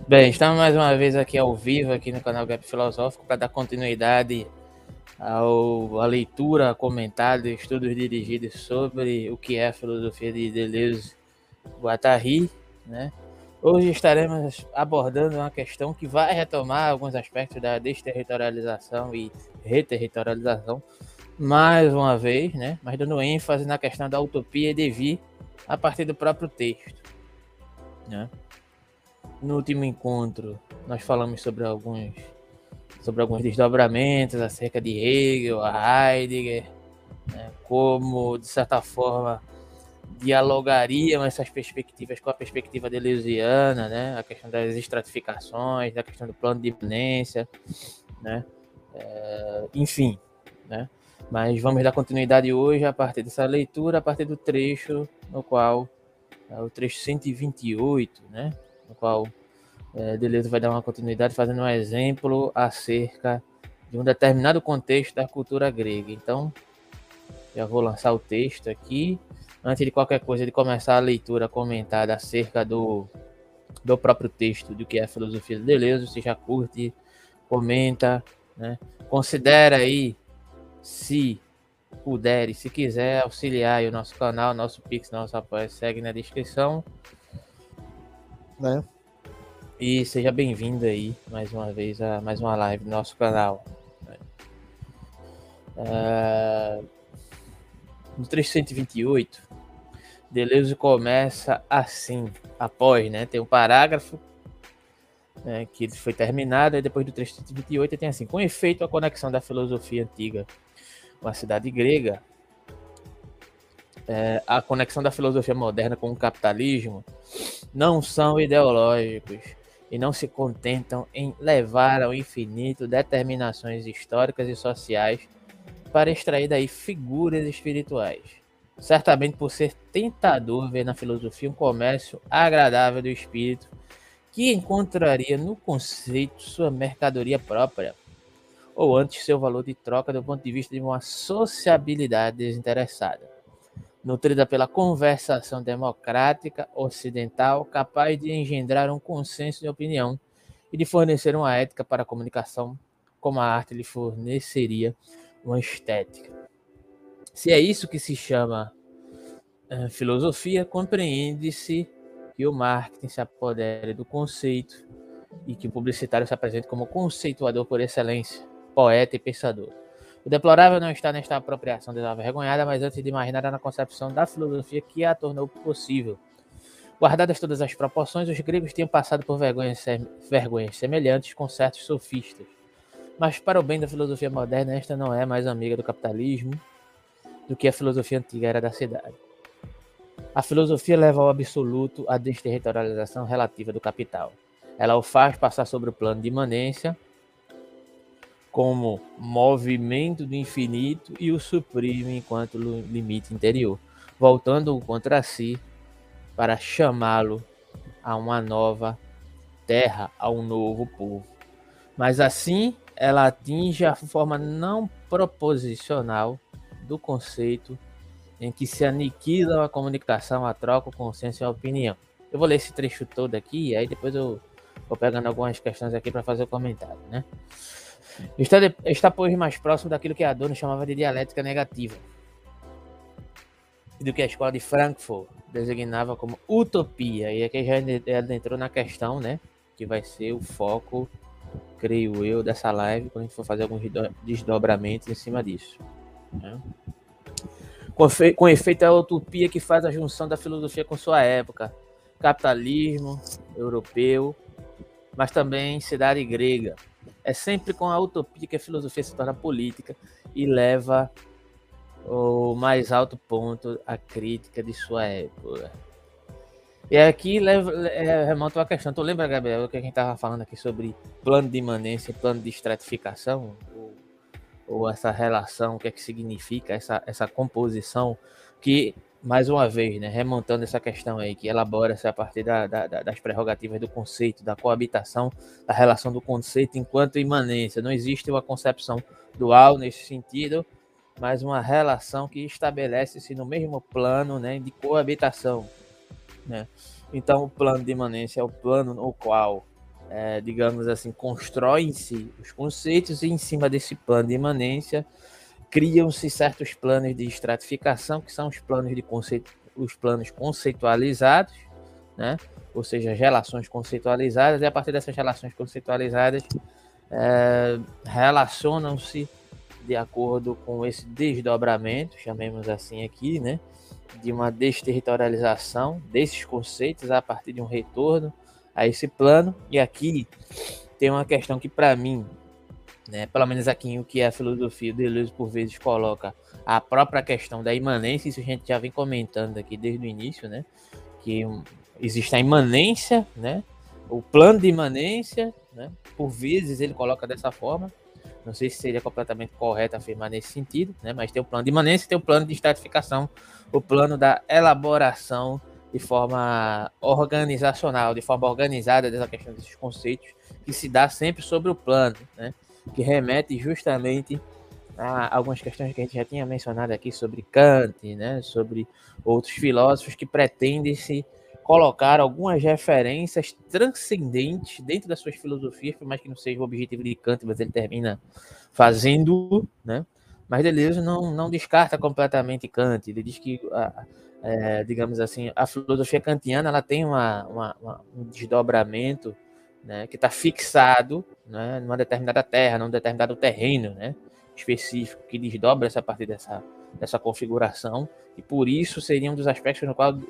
Bem, estamos mais uma vez aqui ao vivo aqui no canal Gap Filosófico para dar continuidade à leitura, comentário, estudos dirigidos sobre o que é a filosofia de Deleuze-Guattari, né? Hoje estaremos abordando uma questão que vai retomar alguns aspectos da desterritorialização e reterritorialização, mais uma vez, né? Mas dando ênfase na questão da utopia e devir a partir do próprio texto, né? No último encontro, nós falamos sobre alguns desdobramentos acerca de Hegel, Heidegger, né, como, de certa forma, dialogariam essas perspectivas com a perspectiva deleuziana, né, a questão das estratificações, da questão do plano de imanência, né, enfim, né. Mas vamos dar continuidade hoje a partir dessa leitura, a partir do trecho no qual é o trecho 128, né, no qual Deleuze vai dar uma continuidade fazendo um exemplo acerca de um determinado contexto da cultura grega. Então, já vou lançar o texto aqui. Antes de qualquer coisa, de começar a leitura comentada acerca do próprio texto, do que é a filosofia de Deleuze, você já curte, comenta, né? Considera aí, se puder e se quiser, auxiliar aí o nosso canal, nosso Pix, nosso apoio, segue na descrição. Né? E seja bem-vindo aí, mais uma vez, a mais uma live do nosso canal. No trecho 128, Deleuze começa assim, após, né? Tem um parágrafo, né, que foi terminado, e depois do trecho 128 tem assim: com efeito, a conexão da filosofia antiga com a cidade grega, a conexão da filosofia moderna com o capitalismo, não são ideológicos e não se contentam em levar ao infinito determinações históricas e sociais para extrair daí figuras espirituais. Certamente por ser tentador ver na filosofia um comércio agradável do espírito que encontraria no conceito sua mercadoria própria, ou antes seu valor de troca do ponto de vista de uma sociabilidade desinteressada, nutrida pela conversação democrática ocidental capaz de engendrar um consenso de opinião e de fornecer uma ética para a comunicação, como a arte lhe forneceria uma estética. Se é isso que se chama filosofia, compreende-se que o marketing se apodere do conceito e que o publicitário se apresente como conceituador por excelência, poeta e pensador. O deplorável não está nesta apropriação desavergonhada, mas antes de mais nada na concepção da filosofia que a tornou possível. Guardadas todas as proporções, os gregos tinham passado por vergonhas semelhantes com certos sofistas. Mas para o bem da filosofia moderna, esta não é mais amiga do capitalismo do que a filosofia antiga era da cidade. A filosofia leva ao absoluto a desterritorialização relativa do capital. Ela o faz passar sobre o plano de imanência como movimento do infinito e o suprime enquanto limite interior, voltando-o contra si para chamá-lo a uma nova terra, a um novo povo. Mas assim ela atinge a forma não proposicional do conceito em que se aniquilam a comunicação, a troca, o consenso e a opinião. Eu vou ler esse trecho todo aqui, e aí depois eu vou pegando algumas questões aqui para fazer o comentário, né? Está, pois, mais próximo daquilo que Adorno chamava de dialética negativa, e do que a escola de Frankfurt designava como utopia. E aqui já entrou na questão, né, que vai ser o foco, creio eu, dessa live, quando a gente for fazer alguns desdobramentos em cima disso, né? Com efeito, é a utopia que faz a junção da filosofia com sua época, capitalismo europeu, mas também cidade grega. É sempre com a utopia que a filosofia se torna política e leva o mais alto ponto a crítica de sua época. E aqui remonta uma questão. Tu lembra, Gabriel, que a gente estava falando aqui sobre plano de imanência e plano de estratificação? Ou essa relação, o que é que significa essa composição que, mais uma vez, né, remontando essa questão aí, que elabora-se a partir das prerrogativas do conceito, da coabitação, da relação do conceito enquanto imanência. Não existe uma concepção dual nesse sentido, mas uma relação que estabelece-se no mesmo plano, né, de coabitação, né? Então, o plano de imanência é o plano no qual digamos assim, constroem-se os conceitos e em cima desse plano de imanência criam-se certos planos de estratificação, que são os planos os planos conceitualizados, né? Ou seja, as relações conceitualizadas, e a partir dessas relações conceitualizadas relacionam-se de acordo com esse desdobramento, chamemos assim aqui, né? De uma desterritorialização desses conceitos a partir de um retorno a esse plano. E aqui tem uma questão que, para mim, né, pelo menos aqui em o que é a filosofia, o Deleuze por vezes coloca a própria questão da imanência, isso a gente já vem comentando aqui desde o início, né, que existe a imanência, né, o plano de imanência, né, por vezes ele coloca dessa forma, não sei se seria completamente correto afirmar nesse sentido, né, mas tem o plano de imanência e tem o plano de estratificação, o plano da elaboração de forma organizacional, de forma organizada dessa questão desses conceitos, que se dá sempre sobre o plano, né, que remete justamente a algumas questões que a gente já tinha mencionado aqui sobre Kant, né, sobre outros filósofos que pretendem se colocar algumas referências transcendentes dentro das suas filosofias, por mais que não seja o objetivo de Kant, mas ele termina fazendo, né? Mas Deleuze não descarta completamente Kant. Ele diz que, digamos assim, a filosofia kantiana ela tem um desdobramento, né, que está fixado, né, numa determinada terra, num determinado terreno, né, específico, que desdobra essa partir dessa configuração, e por isso seria um dos aspectos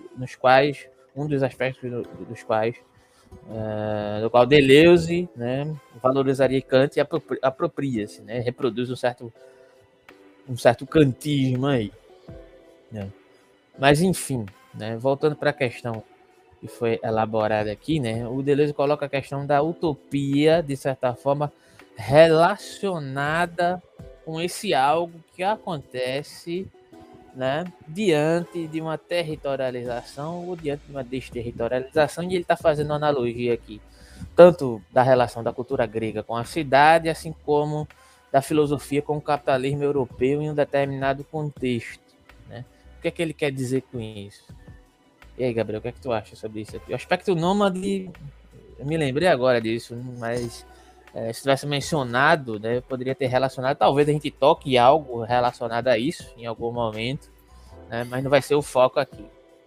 do qual Deleuze, né, valorizaria Kant e apropria-se, né, reproduz um certo kantismo aí, né. Mas enfim, né, voltando para a questão que foi elaborada aqui, né, o Deleuze coloca a questão da utopia, de certa forma, relacionada com esse algo que acontece, né, diante de uma territorialização ou diante de uma desterritorialização, e ele está fazendo uma analogia aqui, tanto da relação da cultura grega com a cidade, assim como da filosofia com o capitalismo europeu em um determinado contexto, né? O que é que ele quer dizer com isso? E aí, Gabriel, o que é que tu acha sobre isso aqui? O aspecto nômade, eu me lembrei agora disso, mas se tivesse mencionado, né, eu poderia ter relacionado, talvez a gente toque algo relacionado a isso em algum momento, né, mas não vai ser o foco aqui.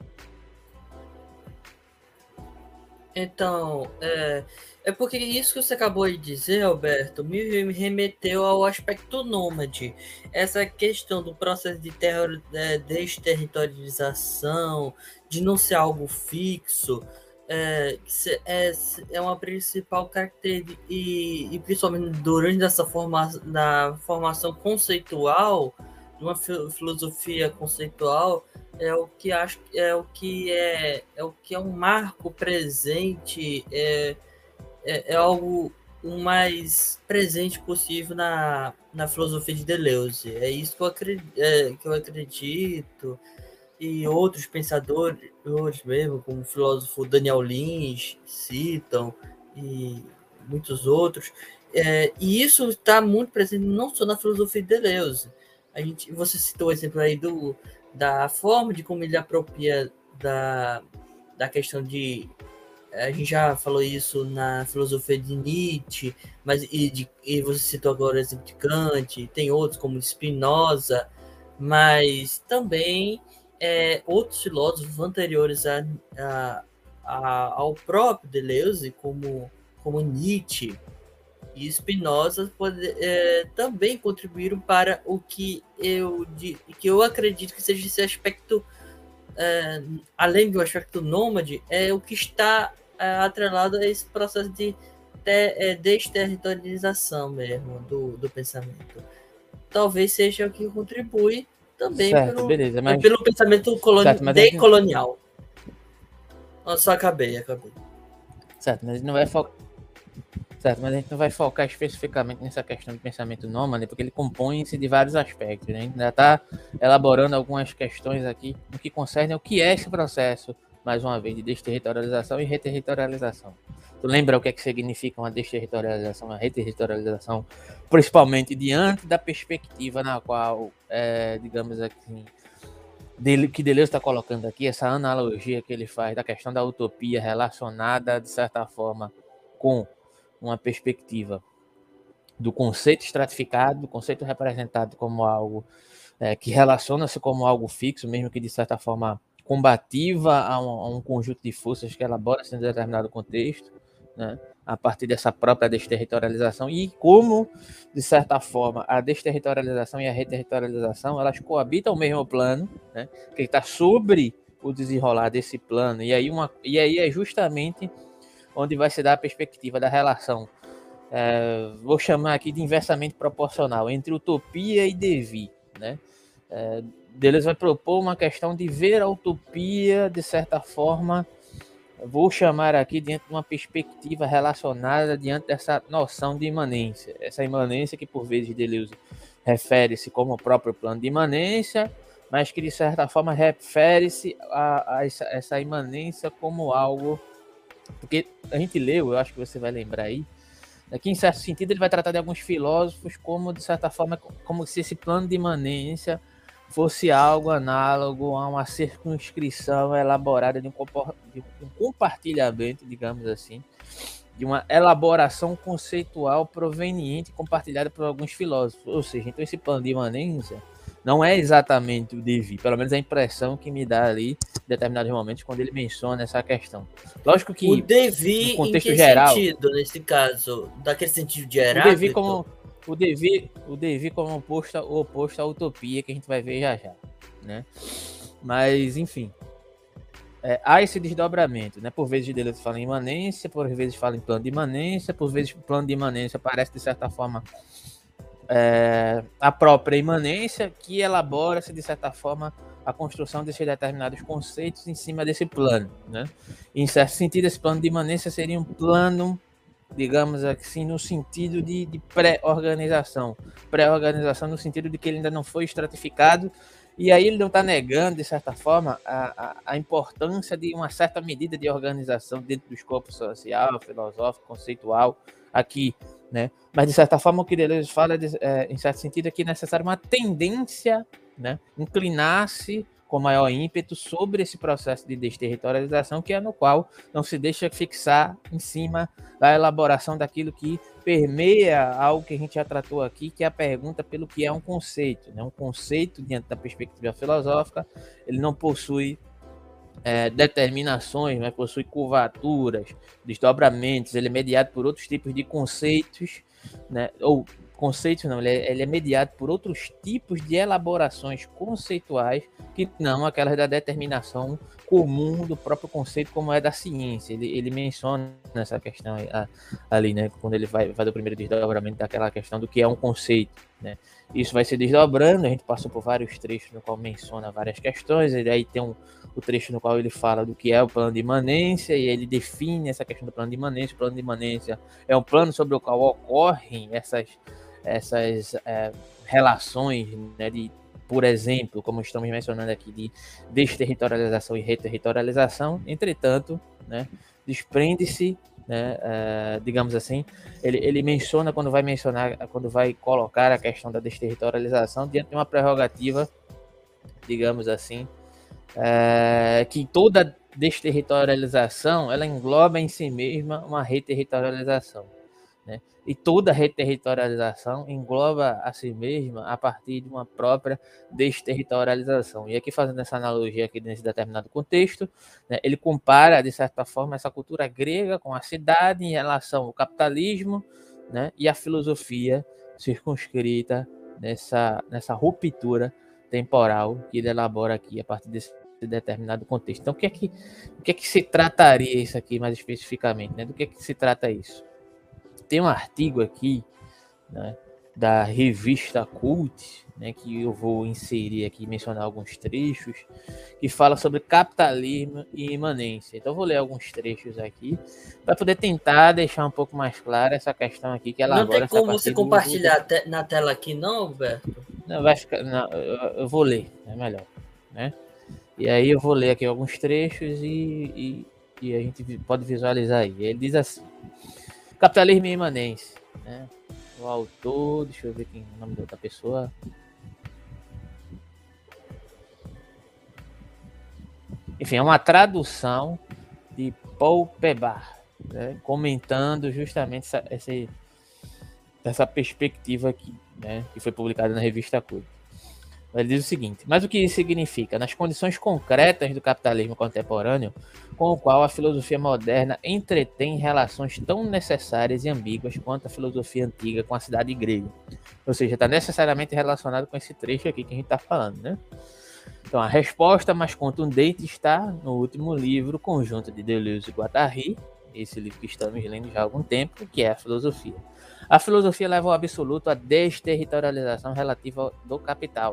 Então, porque isso que você acabou de dizer, Alberto, me remeteu ao aspecto nômade. Essa questão do processo de desterritorialização, de não ser algo fixo, é uma principal característica, e principalmente durante na formação conceitual, uma filosofia conceitual, é o que acho é um marco presente, é algo o mais presente possível na filosofia de Deleuze. É isso que eu acredito, e outros pensadores mesmo, como o filósofo Daniel Lins, citam, e muitos outros. E isso está muito presente não só na filosofia de Deleuze. Você citou o exemplo aí da forma de como ele apropria da questão de... A gente já falou isso na filosofia de Nietzsche, e você citou agora o exemplo de Kant, tem outros como Spinoza, mas também outros filósofos anteriores ao próprio Deleuze, como Nietzsche e Spinoza, também contribuíram para o que eu acredito que seja esse aspecto, além do aspecto nômade, é o que está atrelado a esse processo de desterritorialização mesmo do pensamento. Talvez seja o que contribui também Certo, beleza, mas... pelo pensamento decolonial. Só acabei. Certo, mas a gente não vai focar... Certo, mas a gente não vai focar especificamente nessa questão do pensamento nômade, porque ele compõe-se de vários aspectos, né? A gente ainda está elaborando algumas questões aqui no que concerne ao que é esse processo, mais uma vez, de desterritorialização e reterritorialização. Tu lembra o que é que significa uma desterritorialização, uma reterritorialização, principalmente diante da perspectiva na qual, digamos assim, que Deleuze está colocando aqui, essa analogia que ele faz da questão da utopia relacionada, de certa forma, com uma perspectiva do conceito estratificado, do conceito representado como algo que relaciona-se como algo fixo, mesmo que de certa forma combativa a um conjunto de forças que elabora-se em determinado contexto, né, a partir dessa própria desterritorialização, e como, de certa forma, a desterritorialização e a reterritorialização, elas coabitam o mesmo plano, né, que está sobre o desenrolar desse plano, e aí é justamente onde vai se dar a perspectiva da relação, vou chamar aqui de inversamente proporcional, entre utopia e devir, né? Deleuze vai propor uma questão de ver a utopia, de certa forma, vou chamar aqui dentro de uma perspectiva relacionada diante dessa noção de imanência. Essa imanência que, por vezes, Deleuze refere-se como o próprio plano de imanência, mas que, de certa forma, refere-se a essa imanência como algo... Porque a gente leu, eu acho que você vai lembrar aí, que, em certo sentido, ele vai tratar de alguns filósofos como, de certa forma, como se esse plano de imanência fosse algo análogo a uma circunscrição elaborada de um compartilhamento, digamos assim, de uma elaboração conceitual proveniente e compartilhada por alguns filósofos. Ou seja, então esse plano de imanência não é exatamente o devir, pelo menos a impressão que me dá ali em determinados momentos quando ele menciona essa questão. Lógico que o devir, no contexto em que geral, sentido, nesse caso? Daquele sentido de o devir Heráclito? como oposto à utopia, que a gente vai ver já, né? Mas, enfim, há esse desdobramento, né? Por vezes Deleuze fala em imanência, por vezes fala em plano de imanência, por vezes o plano de imanência parece, de certa forma, a própria imanência, que elabora-se, de certa forma, a construção desses determinados conceitos em cima desse plano, né? E, em certo sentido, esse plano de imanência seria um plano, digamos assim, no sentido de pré-organização. Pré-organização no sentido de que ele ainda não foi estratificado, e aí ele não está negando, de certa forma, a importância de uma certa medida de organização dentro dos corpos social, filosófico, conceitual, aqui, né? Mas, de certa forma, o que Deleuze fala, em certo sentido, é que é necessário uma tendência, né, inclinar-se com maior ímpeto sobre esse processo de desterritorialização, que é no qual não se deixa fixar em cima da elaboração daquilo que permeia algo que a gente já tratou aqui, que é a pergunta pelo que é um conceito, né? Um conceito, diante da perspectiva filosófica, ele não possui determinações, mas possui curvaturas, desdobramentos, ele é mediado por outros tipos de conceitos, né? Ou conceitos não, ele é mediado por outros tipos de elaborações conceituais que não aquelas da determinação comum do próprio conceito, como é da ciência. Ele menciona essa questão ali, né, quando ele vai do primeiro desdobramento daquela questão do que é um conceito, né? Isso vai se desdobrando, a gente passou por vários trechos no qual menciona várias questões, e aí tem o trecho no qual ele fala do que é o plano de imanência, e ele define essa questão do plano de imanência. O plano de imanência é um plano sobre o qual ocorrem essas relações, né, de, por exemplo, como estamos mencionando aqui, de desterritorialização e reterritorialização. Entretanto, né, desprende-se, né, digamos assim, ele menciona quando vai colocar a questão da desterritorialização diante de uma prerrogativa, digamos assim, que toda desterritorialização ela engloba em si mesma uma reterritorialização, né? E toda reterritorialização engloba a si mesma a partir de uma própria desterritorialização. E aqui, fazendo essa analogia aqui nesse determinado contexto, né, ele compara, de certa forma, essa cultura grega com a cidade em relação ao capitalismo, né, e a filosofia circunscrita nessa ruptura temporal que ele elabora aqui a partir desse determinado contexto. Então, o que é que se trataria isso aqui mais especificamente, né? Do que se trata isso? Tem um artigo aqui, né, da revista Cult, né, que eu vou inserir aqui, mencionar alguns trechos, que fala sobre capitalismo e imanência. Então, eu vou ler alguns trechos aqui, para poder tentar deixar um pouco mais clara essa questão aqui, que ela Não agora tem como você compartilhar na tela aqui, não, Alberto? Não, vai ficar... Não, eu vou ler, é melhor, né? E aí eu vou ler aqui alguns trechos e a gente pode visualizar aí. Ele diz assim: Capitalismo e imanência, né? O autor, deixa eu ver quem é o nome da outra pessoa. Enfim, é uma tradução de Paul Pebar, né, comentando justamente essa perspectiva aqui, né, que foi publicada na revista Code. Ele diz o seguinte: mas o que isso significa? Nas condições concretas do capitalismo contemporâneo, com o qual a filosofia moderna entretém relações tão necessárias e ambíguas quanto a filosofia antiga com a cidade grega. Ou seja, está necessariamente relacionado com esse trecho aqui que a gente está falando, né? Então, a resposta mais contundente está no último livro, Conjunto de Deleuze e Guattari, esse livro que estamos lendo já há algum tempo, que é a filosofia. A filosofia leva ao absoluto a desterritorialização relativa do capital.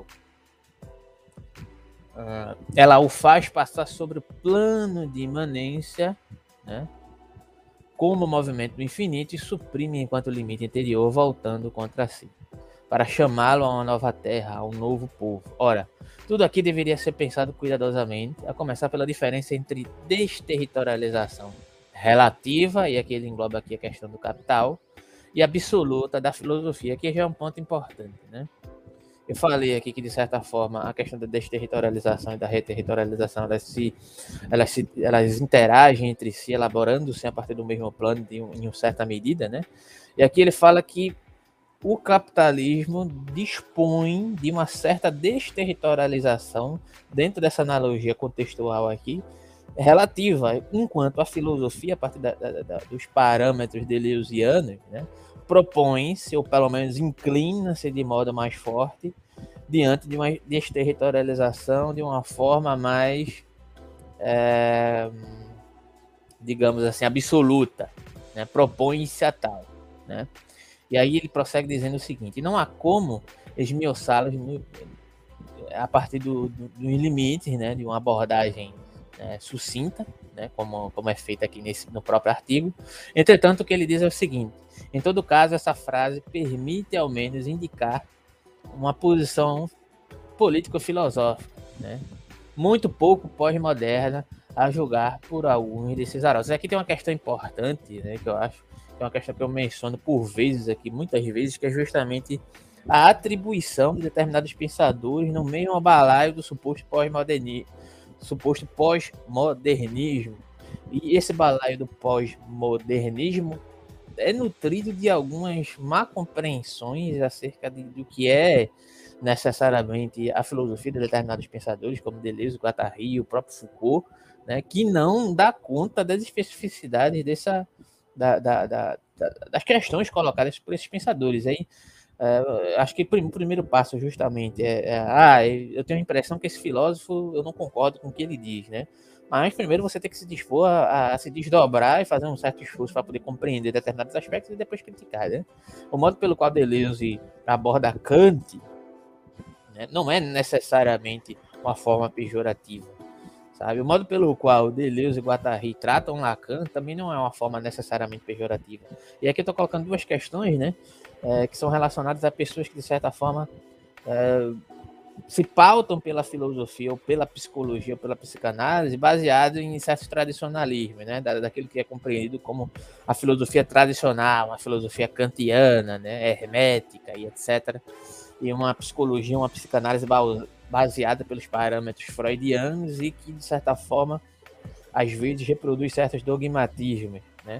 Ela o faz passar sobre o plano de imanência, né, como movimento do infinito, e suprime enquanto limite interior, voltando contra si, para chamá-lo a uma nova terra, a um novo povo. Ora, tudo aqui deveria ser pensado cuidadosamente, a começar pela diferença entre desterritorialização relativa, e aqui ele engloba aqui a questão do capital, e absoluta da filosofia, que já é um ponto importante, né? Eu falei aqui que, de certa forma, a questão da desterritorialização e da reterritorialização, elas interagem entre si, elaborando-se a partir do mesmo plano em uma certa medida, né? E aqui ele fala que o capitalismo dispõe de uma certa desterritorialização dentro dessa analogia contextual aqui, relativa, enquanto a filosofia, a partir dos parâmetros deleuzianos, né, propõe-se, ou pelo menos inclina-se de modo mais forte, diante de uma desterritorialização de uma forma mais, digamos assim, absoluta, né, propõe-se a tal, né? E aí ele prossegue dizendo o seguinte: não há como esmiuçá-los a partir dos limites, né, de uma abordagem sucinta, né, como é feita aqui no próprio artigo. Entretanto, o que ele diz é o seguinte: em todo caso, essa frase permite ao menos indicar uma posição político-filosófica, né, muito pouco pós-moderna, a julgar por alguns desses arósticos. Aqui tem uma questão importante, né, que eu acho que é uma questão que eu menciono por vezes aqui, muitas vezes, que é justamente a atribuição de determinados pensadores no meio balaio do suposto pós-modernismo. E esse balaio do pós-modernismo é nutrido de algumas má compreensões acerca do que é necessariamente a filosofia de determinados pensadores, como Deleuze, Guattari e o próprio Foucault, né, que não dá conta das especificidades das questões colocadas por esses pensadores. Aí, acho que o primeiro passo justamente eu tenho a impressão que esse filósofo, eu não concordo com o que ele diz, né? Mas primeiro você tem que se dispor a se desdobrar e fazer um certo esforço para poder compreender determinados aspectos e depois criticar, né? O modo pelo qual Deleuze aborda Kant, né, não é necessariamente uma forma pejorativa, sabe? O modo pelo qual Deleuze e Guattari tratam Lacan também não é uma forma necessariamente pejorativa. E aqui eu estou colocando duas questões, né, que são relacionadas a pessoas que, de certa forma, se pautam pela filosofia ou pela psicologia ou pela psicanálise baseado em certos tradicionalismos, né, daquilo que é compreendido como a filosofia tradicional, uma filosofia kantiana, né, hermética e etc. E uma psicologia, uma psicanálise baseada pelos parâmetros freudianos e que, de certa forma, às vezes reproduz certos dogmatismos, né?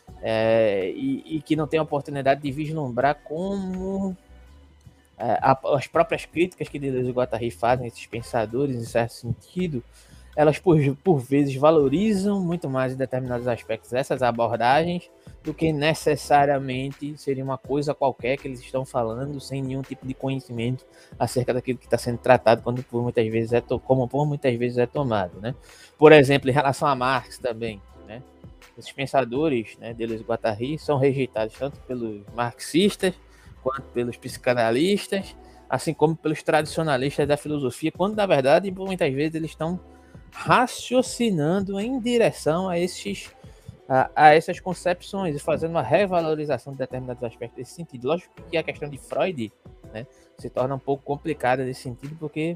E que não tem a oportunidade de vislumbrar como as próprias críticas que Deleuze e Guattari fazem a esses pensadores, em certo sentido, elas por vezes valorizam muito mais em determinados aspectos dessas abordagens do que necessariamente seria uma coisa qualquer que eles estão falando sem nenhum tipo de conhecimento acerca daquilo que está sendo tratado, como por muitas vezes é tomado, né? Por exemplo, em relação a Marx também, né? Esses pensadores, né, Deleuze e Guattari, são rejeitados tanto pelos marxistas quanto pelos psicanalistas, assim como pelos tradicionalistas da filosofia, quando na verdade muitas vezes eles estão raciocinando em direção a essas concepções e fazendo uma revalorização de determinados aspectos desse sentido. Lógico que a questão de Freud, né, se torna um pouco complicada nesse sentido, porque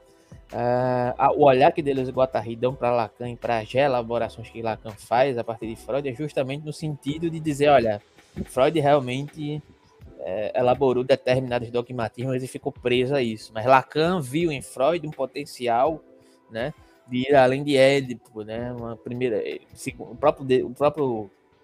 o olhar que Deleuze e Guattari dão para Lacan e para as elaborações que Lacan faz a partir de Freud é justamente no sentido de dizer, olha, Freud realmente elaborou determinados dogmatismos e ficou preso a isso, mas Lacan viu em Freud um potencial, né, de ir além de Édipo, né? O próprio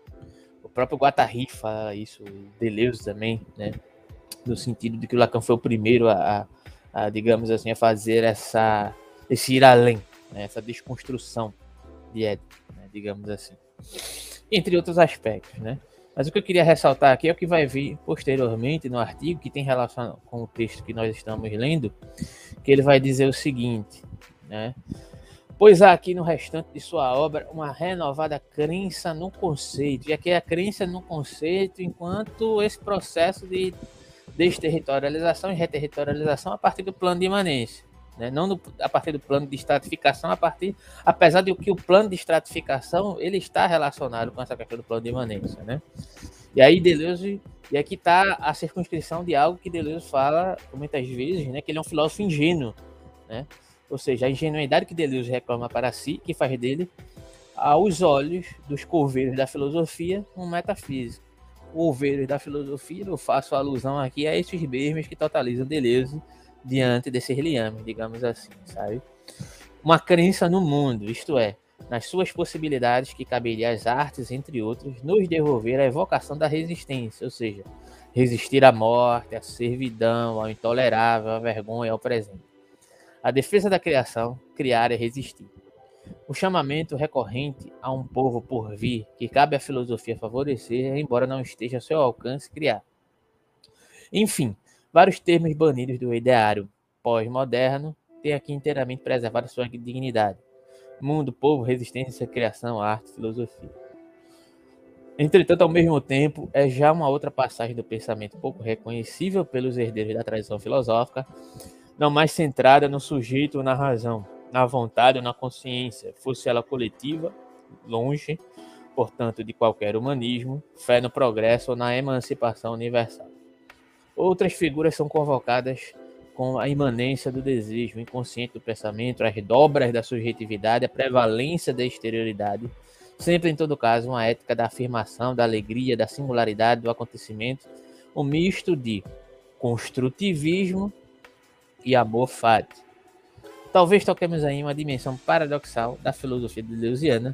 O próprio Guattari fala isso, Deleuze também, né? No sentido de que o Lacan foi o primeiro digamos assim, a fazer esse ir além, né? Essa desconstrução de ética, né? Digamos assim. Entre outros aspectos, né? Mas o que eu queria ressaltar aqui é o que vai vir posteriormente no artigo, que tem relação com o texto que nós estamos lendo, que ele vai dizer o seguinte, né? Pois há aqui no restante de sua obra uma renovada crença no conceito, e aqui é a crença no conceito enquanto esse processo de desterritorialização e reterritorialização a partir do plano de imanência, né? Não a partir do plano de estratificação, apesar de que o plano de estratificação ele está relacionado com essa questão do plano de imanência, né? E aí Deleuze, e aqui está a circunscrição de algo que Deleuze fala muitas vezes, né? Que ele é um filósofo ingênuo, né? Ou seja, a ingenuidade que Deleuze reclama para si, que faz dele, aos olhos dos coveiros da filosofia, um metafísico. Coveiros da filosofia, eu faço alusão aqui a esses mesmos que totalizam Deleuze diante desse liame, digamos assim, sabe? Uma crença no mundo, isto é, nas suas possibilidades que caberia às artes, entre outros, nos devolver a evocação da resistência, ou seja, resistir à morte, à servidão, ao intolerável, à vergonha, ao presente. A defesa da criação, criar é resistir. O chamamento recorrente a um povo por vir, que cabe à filosofia favorecer, embora não esteja a seu alcance criar. Enfim, vários termos banidos do ideário pós-moderno têm aqui inteiramente preservado sua dignidade. Mundo, povo, resistência, criação, arte, filosofia. Entretanto, ao mesmo tempo, é já uma outra passagem do pensamento pouco reconhecível pelos herdeiros da tradição filosófica, não mais centrada no sujeito ou na razão, na vontade ou na consciência, fosse ela coletiva, longe, portanto, de qualquer humanismo, fé no progresso ou na emancipação universal. Outras figuras são convocadas com a imanência do desejo, o inconsciente do pensamento, as dobras da subjetividade, a prevalência da exterioridade, sempre, em todo caso, uma ética da afirmação, da alegria, da singularidade do acontecimento, um misto de construtivismo e amor fati. Talvez toquemos aí uma dimensão paradoxal da filosofia deleuziana,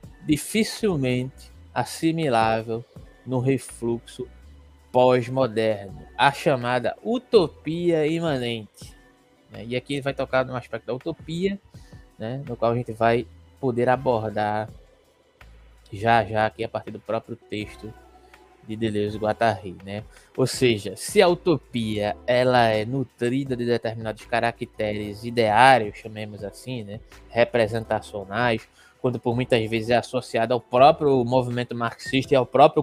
dificilmente assimilável no refluxo pós-moderno, a chamada utopia imanente. E aqui ele vai tocar no aspecto da utopia, né, no qual a gente vai poder abordar já aqui a partir do próprio texto de Deleuze e Guattari, né? Ou seja, se a utopia ela é nutrida de determinados caracteres ideários, chamemos assim, né, representacionais, quando por muitas vezes é associada ao próprio movimento marxista e ao próprio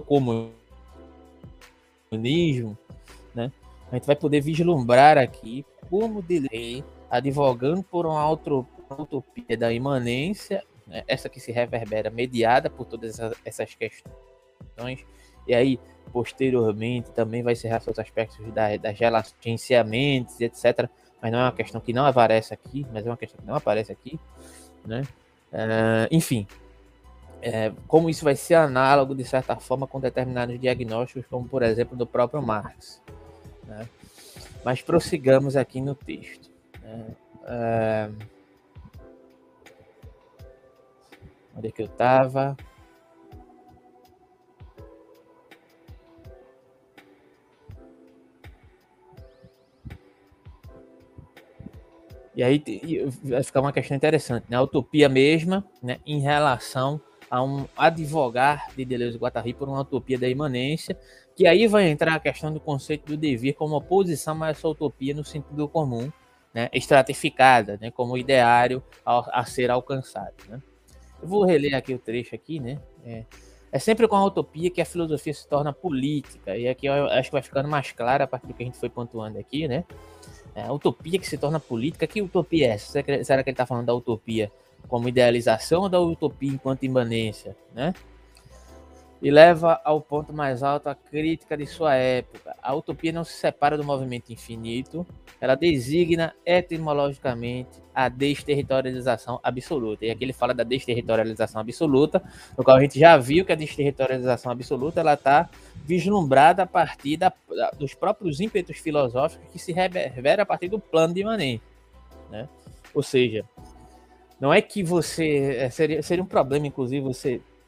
comunismo, né? A gente vai poder vislumbrar aqui como Deleuze, advogando por uma utopia da imanência, né, essa que se reverbera mediada por todas essas questões. E aí, posteriormente, também vai ser outros aspectos das relacionamentos, etc. Mas não é uma questão que não aparece aqui, né? Enfim, como isso vai ser análogo, de certa forma, com determinados diagnósticos, como, por exemplo, do próprio Marx, né? Mas prossigamos aqui no texto, né? Onde é que eu estava? E aí vai ficar uma questão interessante, né? A utopia mesma, né, em relação a um advogar de Deleuze e Guattari por uma utopia da imanência, que aí vai entrar a questão do conceito do dever como oposição a essa utopia no sentido comum, né, estratificada, né, como ideário a ser alcançado, né? Eu vou reler aqui o trecho aqui, né? É sempre com a utopia que a filosofia se torna política, e aqui eu acho que vai ficando mais claro a partir do que a gente foi pontuando aqui, né? A utopia que se torna política. Que utopia é essa? Será que ele está falando da utopia como idealização ou da utopia enquanto imanência, né? E leva ao ponto mais alto a crítica de sua época. A utopia não se separa do movimento infinito, ela designa etimologicamente a desterritorialização absoluta. E aqui ele fala da desterritorialização absoluta, no qual a gente já viu que a desterritorialização absoluta ela está vislumbrada a partir dos próprios ímpetos filosóficos que se reverbera a partir do plano de imanência, né? Ou seja, não é que você... Seria um problema, inclusive, você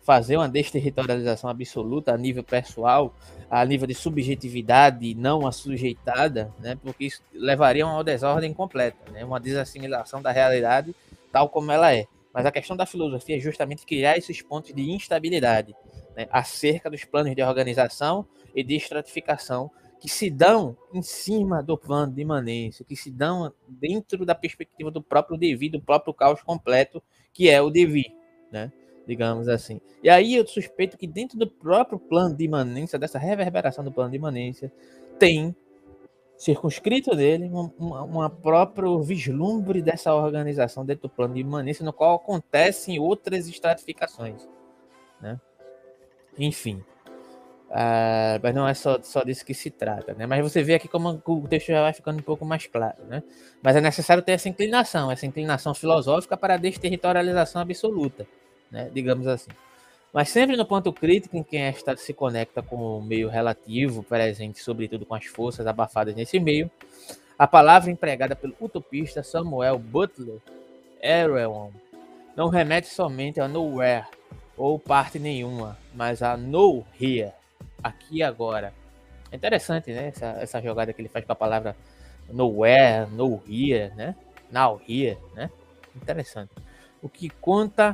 fazer uma desterritorialização absoluta a nível pessoal, a nível de subjetividade não assujeitada, né? Porque isso levaria a uma desordem completa, né? Uma desassimilação da realidade tal como ela é. Mas a questão da filosofia é justamente criar esses pontos de instabilidade, né, acerca dos planos de organização e de estratificação que se dão em cima do plano de imanência, que se dão dentro da perspectiva do próprio devir, do próprio caos completo, que é o devir, né? Digamos assim. E aí eu suspeito que dentro do próprio plano de imanência, dessa reverberação do plano de imanência, tem circunscrito nele uma próprio vislumbre dessa organização dentro do plano de imanência, no qual acontecem outras estratificações, né? Enfim, mas não é só disso que se trata, né? Mas você vê aqui como o texto já vai ficando um pouco mais claro, né? Mas é necessário ter essa inclinação filosófica para a desterritorialização absoluta, né? Digamos assim. Mas sempre no ponto crítico em que esta se conecta com o meio relativo, presente sobretudo com as forças abafadas nesse meio, a palavra empregada pelo utopista Samuel Butler Erewhon não remete somente a nowhere ou parte nenhuma, mas a no here, aqui e agora. É interessante, né? Essa jogada que ele faz com a palavra nowhere, no here, né? Now here, né? Interessante. O que conta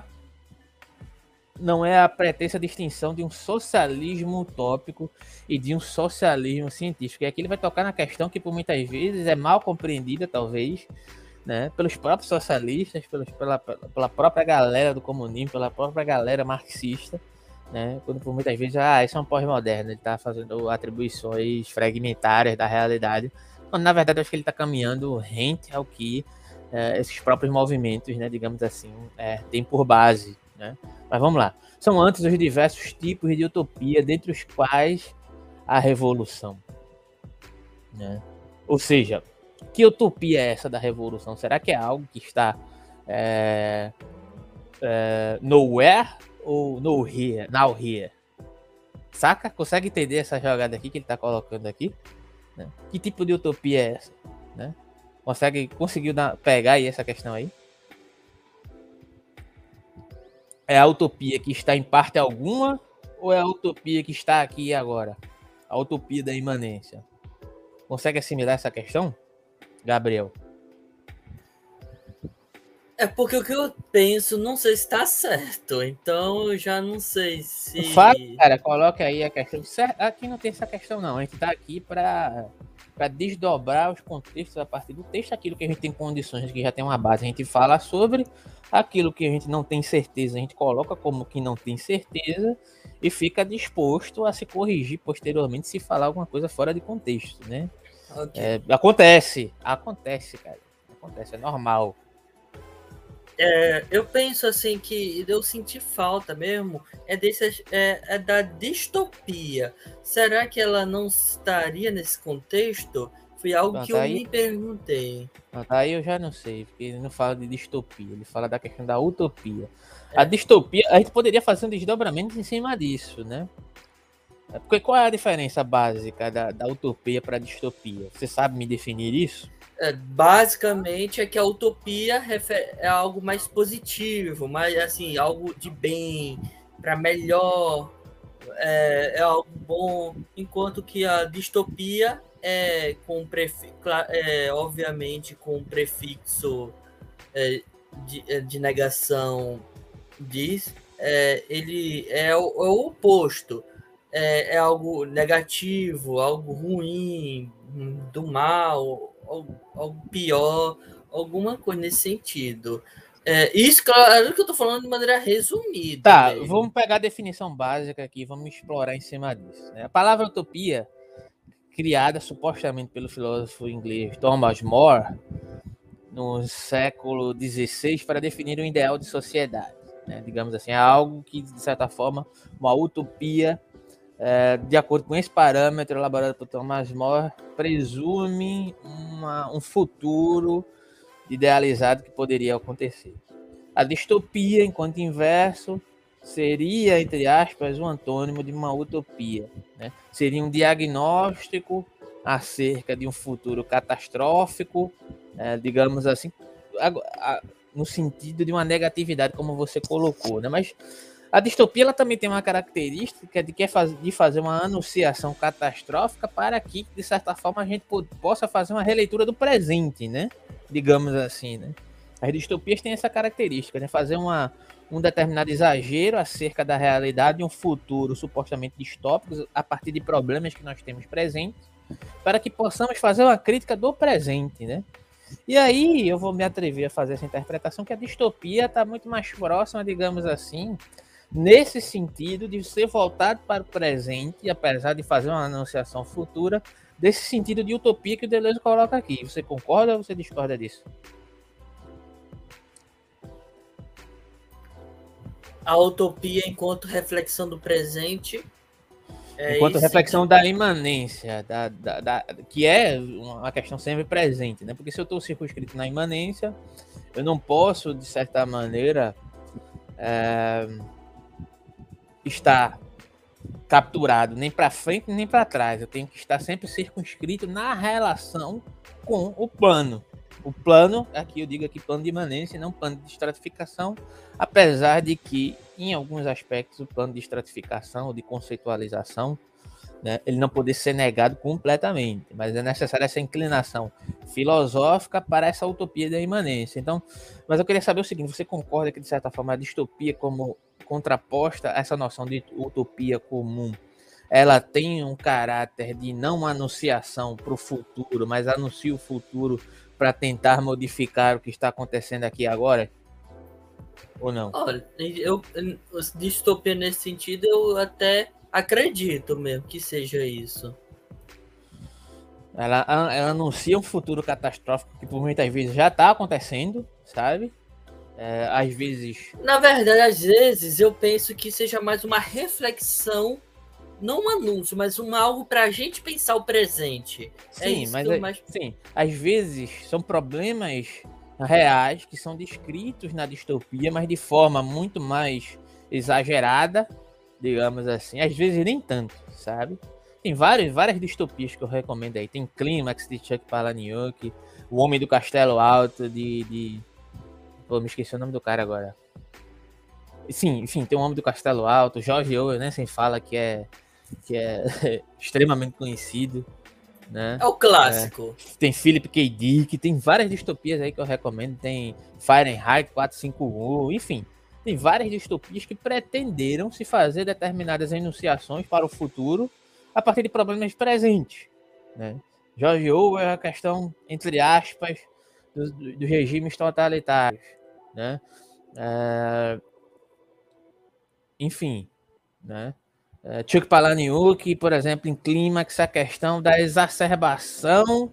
não é a pretensa distinção de um socialismo utópico e de um socialismo científico. E aqui ele vai tocar na questão que por muitas vezes é mal compreendida, talvez, né, pelos próprios socialistas, pela própria galera do comunismo, pela própria galera marxista, né, quando por muitas vezes, isso é um pós-moderno, ele está fazendo atribuições fragmentárias da realidade, quando na verdade eu acho que ele está caminhando rente ao que esses próprios movimentos, né, digamos assim, têm por base, né? Mas vamos lá. São antes os diversos tipos de utopia, dentre os quais a revolução, né? Ou seja, que utopia é essa da revolução? Será que é algo que está nowhere ou no here, now here? Saca? Consegue entender essa jogada aqui que ele está colocando aqui? Né? Que tipo de utopia é essa? Né? Conseguiu pegar aí essa questão aí? É a utopia que está em parte alguma ou é a utopia que está aqui e agora? A utopia da imanência. Consegue assimilar essa questão, Gabriel? É porque o que eu penso, não sei se está certo. Então, eu já não sei se... Fala, cara, coloca aí a questão. Aqui não tem essa questão, não. A gente está aqui para desdobrar os contextos a partir do texto, aquilo que a gente tem condições, que já tem uma base. A gente fala sobre aquilo que a gente não tem certeza, a gente coloca como que não tem certeza e fica disposto a se corrigir posteriormente se falar alguma coisa fora de contexto, né? Okay. Acontece, cara. Acontece, é normal. Eu penso assim que eu senti falta mesmo da distopia. Será que ela não estaria nesse contexto? Foi algo que eu me perguntei. Aí eu já não sei, porque ele não fala de distopia, ele fala da questão da utopia. A distopia, a gente poderia fazer um desdobramento em cima disso, né? Porque qual é a diferença básica da utopia para a distopia? Você sabe me definir isso? Basicamente é que a utopia é algo mais positivo, mais assim, algo de bem, para melhor, é algo bom, enquanto que a distopia é com obviamente com prefixo de negação ele é o oposto, é algo negativo, algo ruim, do mal, algo pior, alguma coisa nesse sentido. Isso, claro que eu tô falando de maneira resumida. Tá, mesmo. Vamos pegar a definição básica aqui, vamos explorar em cima disso, né? A palavra utopia, criada supostamente pelo filósofo inglês Thomas More, no século XVI, para definir um ideal de sociedade, né? Digamos assim, é algo que, de certa forma, uma utopia, de acordo com esse parâmetro elaborado por Thomas More, presume um futuro idealizado que poderia acontecer. A distopia, enquanto inverso, seria, entre aspas, um antônimo de uma utopia, né? Seria um diagnóstico acerca de um futuro catastrófico, digamos assim, no sentido de uma negatividade, como você colocou, né? Mas A distopia ela também tem uma característica de fazer uma anunciação catastrófica para que, de certa forma, a gente possa fazer uma releitura do presente, né? Digamos assim, né? As distopias têm essa característica, né? Fazer um determinado exagero acerca da realidade de um futuro supostamente distópico a partir de problemas que nós temos presentes, para que possamos fazer uma crítica do presente, né? E aí eu vou me atrever a fazer essa interpretação que a distopia está muito mais próxima, digamos assim, nesse sentido de ser voltado para o presente, apesar de fazer uma anunciação futura, desse sentido de utopia que o Deleuze coloca aqui. Você concorda ou você discorda disso? A utopia enquanto reflexão do presente. Enquanto reflexão da imanência, que é uma questão sempre presente, né? Porque se eu estou circunscrito na imanência, eu não posso, de certa maneira, estar capturado nem para frente nem para trás. Eu tenho que estar sempre circunscrito na relação com o plano. O plano, aqui eu digo aqui plano de imanência e não plano de estratificação, apesar de que, em alguns aspectos, o plano de estratificação ou de conceitualização, né, ele não poder ser negado completamente, mas é necessária essa inclinação filosófica para essa utopia da imanência. Então, mas eu queria saber o seguinte, você concorda que, de certa forma, a distopia como contraposta a essa noção de utopia comum, ela tem um caráter de não anunciação para o futuro, mas anuncia o futuro para tentar modificar o que está acontecendo aqui agora? Ou não? Olha, distopia nesse sentido, eu até acredito mesmo que seja isso. Ela anuncia um futuro catastrófico que por muitas vezes já está acontecendo, sabe? Às vezes... Na verdade, às vezes, eu penso que seja mais uma reflexão, não um anúncio, mas algo para a gente pensar o presente. Sim, sim, às vezes são problemas reais que são descritos na distopia, mas de forma muito mais exagerada, digamos assim. Às vezes nem tanto, sabe? Tem várias distopias que eu recomendo aí. Tem Clímax, de Chuck Palahniuk, O Homem do Castelo Alto, Pô, me esqueci o nome do cara agora. Sim, enfim, tem O Homem do Castelo Alto, George Orwell, né? Sem fala que é extremamente conhecido, né? É o clássico. Tem Philip K. Dick, tem várias distopias aí que eu recomendo. Tem Fahrenheit 451, enfim. Tem várias distopias que pretenderam se fazer determinadas enunciações para o futuro a partir de problemas presentes, né? George Orwell é a questão, entre aspas, dos regimes totalitários, né? Enfim, né? Chuck Palahniuk, por exemplo, em Clímax, a questão da exacerbação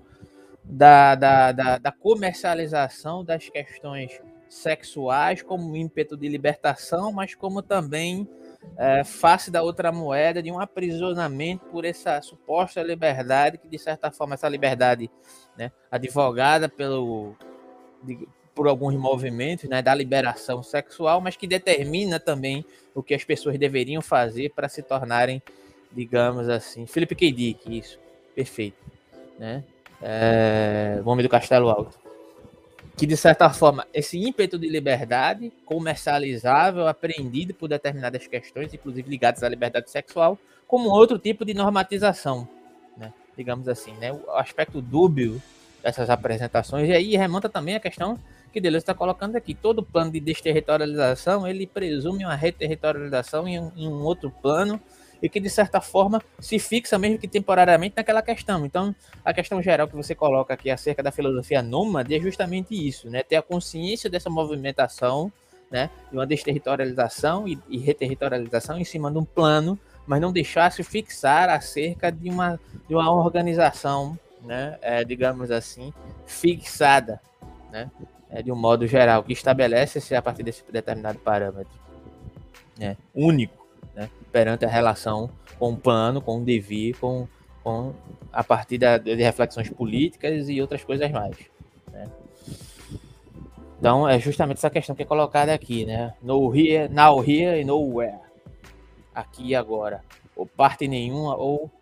da comercialização das questões sexuais como ímpeto de libertação, mas como também face da outra moeda de um aprisionamento por essa suposta liberdade, que de certa forma essa liberdade, né, advogada por alguns movimentos, né, da liberação sexual, mas que determina também o que as pessoas deveriam fazer para se tornarem, digamos assim, Philip K. Dick, isso, perfeito, né? O Homem do Castelo Alto, que de certa forma esse ímpeto de liberdade comercializável, apreendido por determinadas questões, inclusive ligadas à liberdade sexual, como outro tipo de normatização, né? Digamos assim, né? O aspecto dúbio dessas apresentações, e aí remonta também a questão que Deleuze está colocando aqui. Todo plano de desterritorialização, ele presume uma reterritorialização em um outro plano, e que, de certa forma, se fixa, mesmo que temporariamente, naquela questão. Então, a questão geral que você coloca aqui acerca da filosofia nômade é justamente isso, né? Ter a consciência dessa movimentação, né? De uma desterritorialização e reterritorialização em cima de um plano, mas não deixar se fixar acerca de uma organização, né? Digamos assim, fixada, né? De um modo geral, que estabelece-se a partir desse determinado parâmetro, né? Único, né, perante a relação com o plano, com o devir, com a partir de reflexões políticas e outras coisas mais, né? Então é justamente essa questão que é colocada aqui, né? No here, now here e nowhere, aqui e agora, ou parte nenhuma ou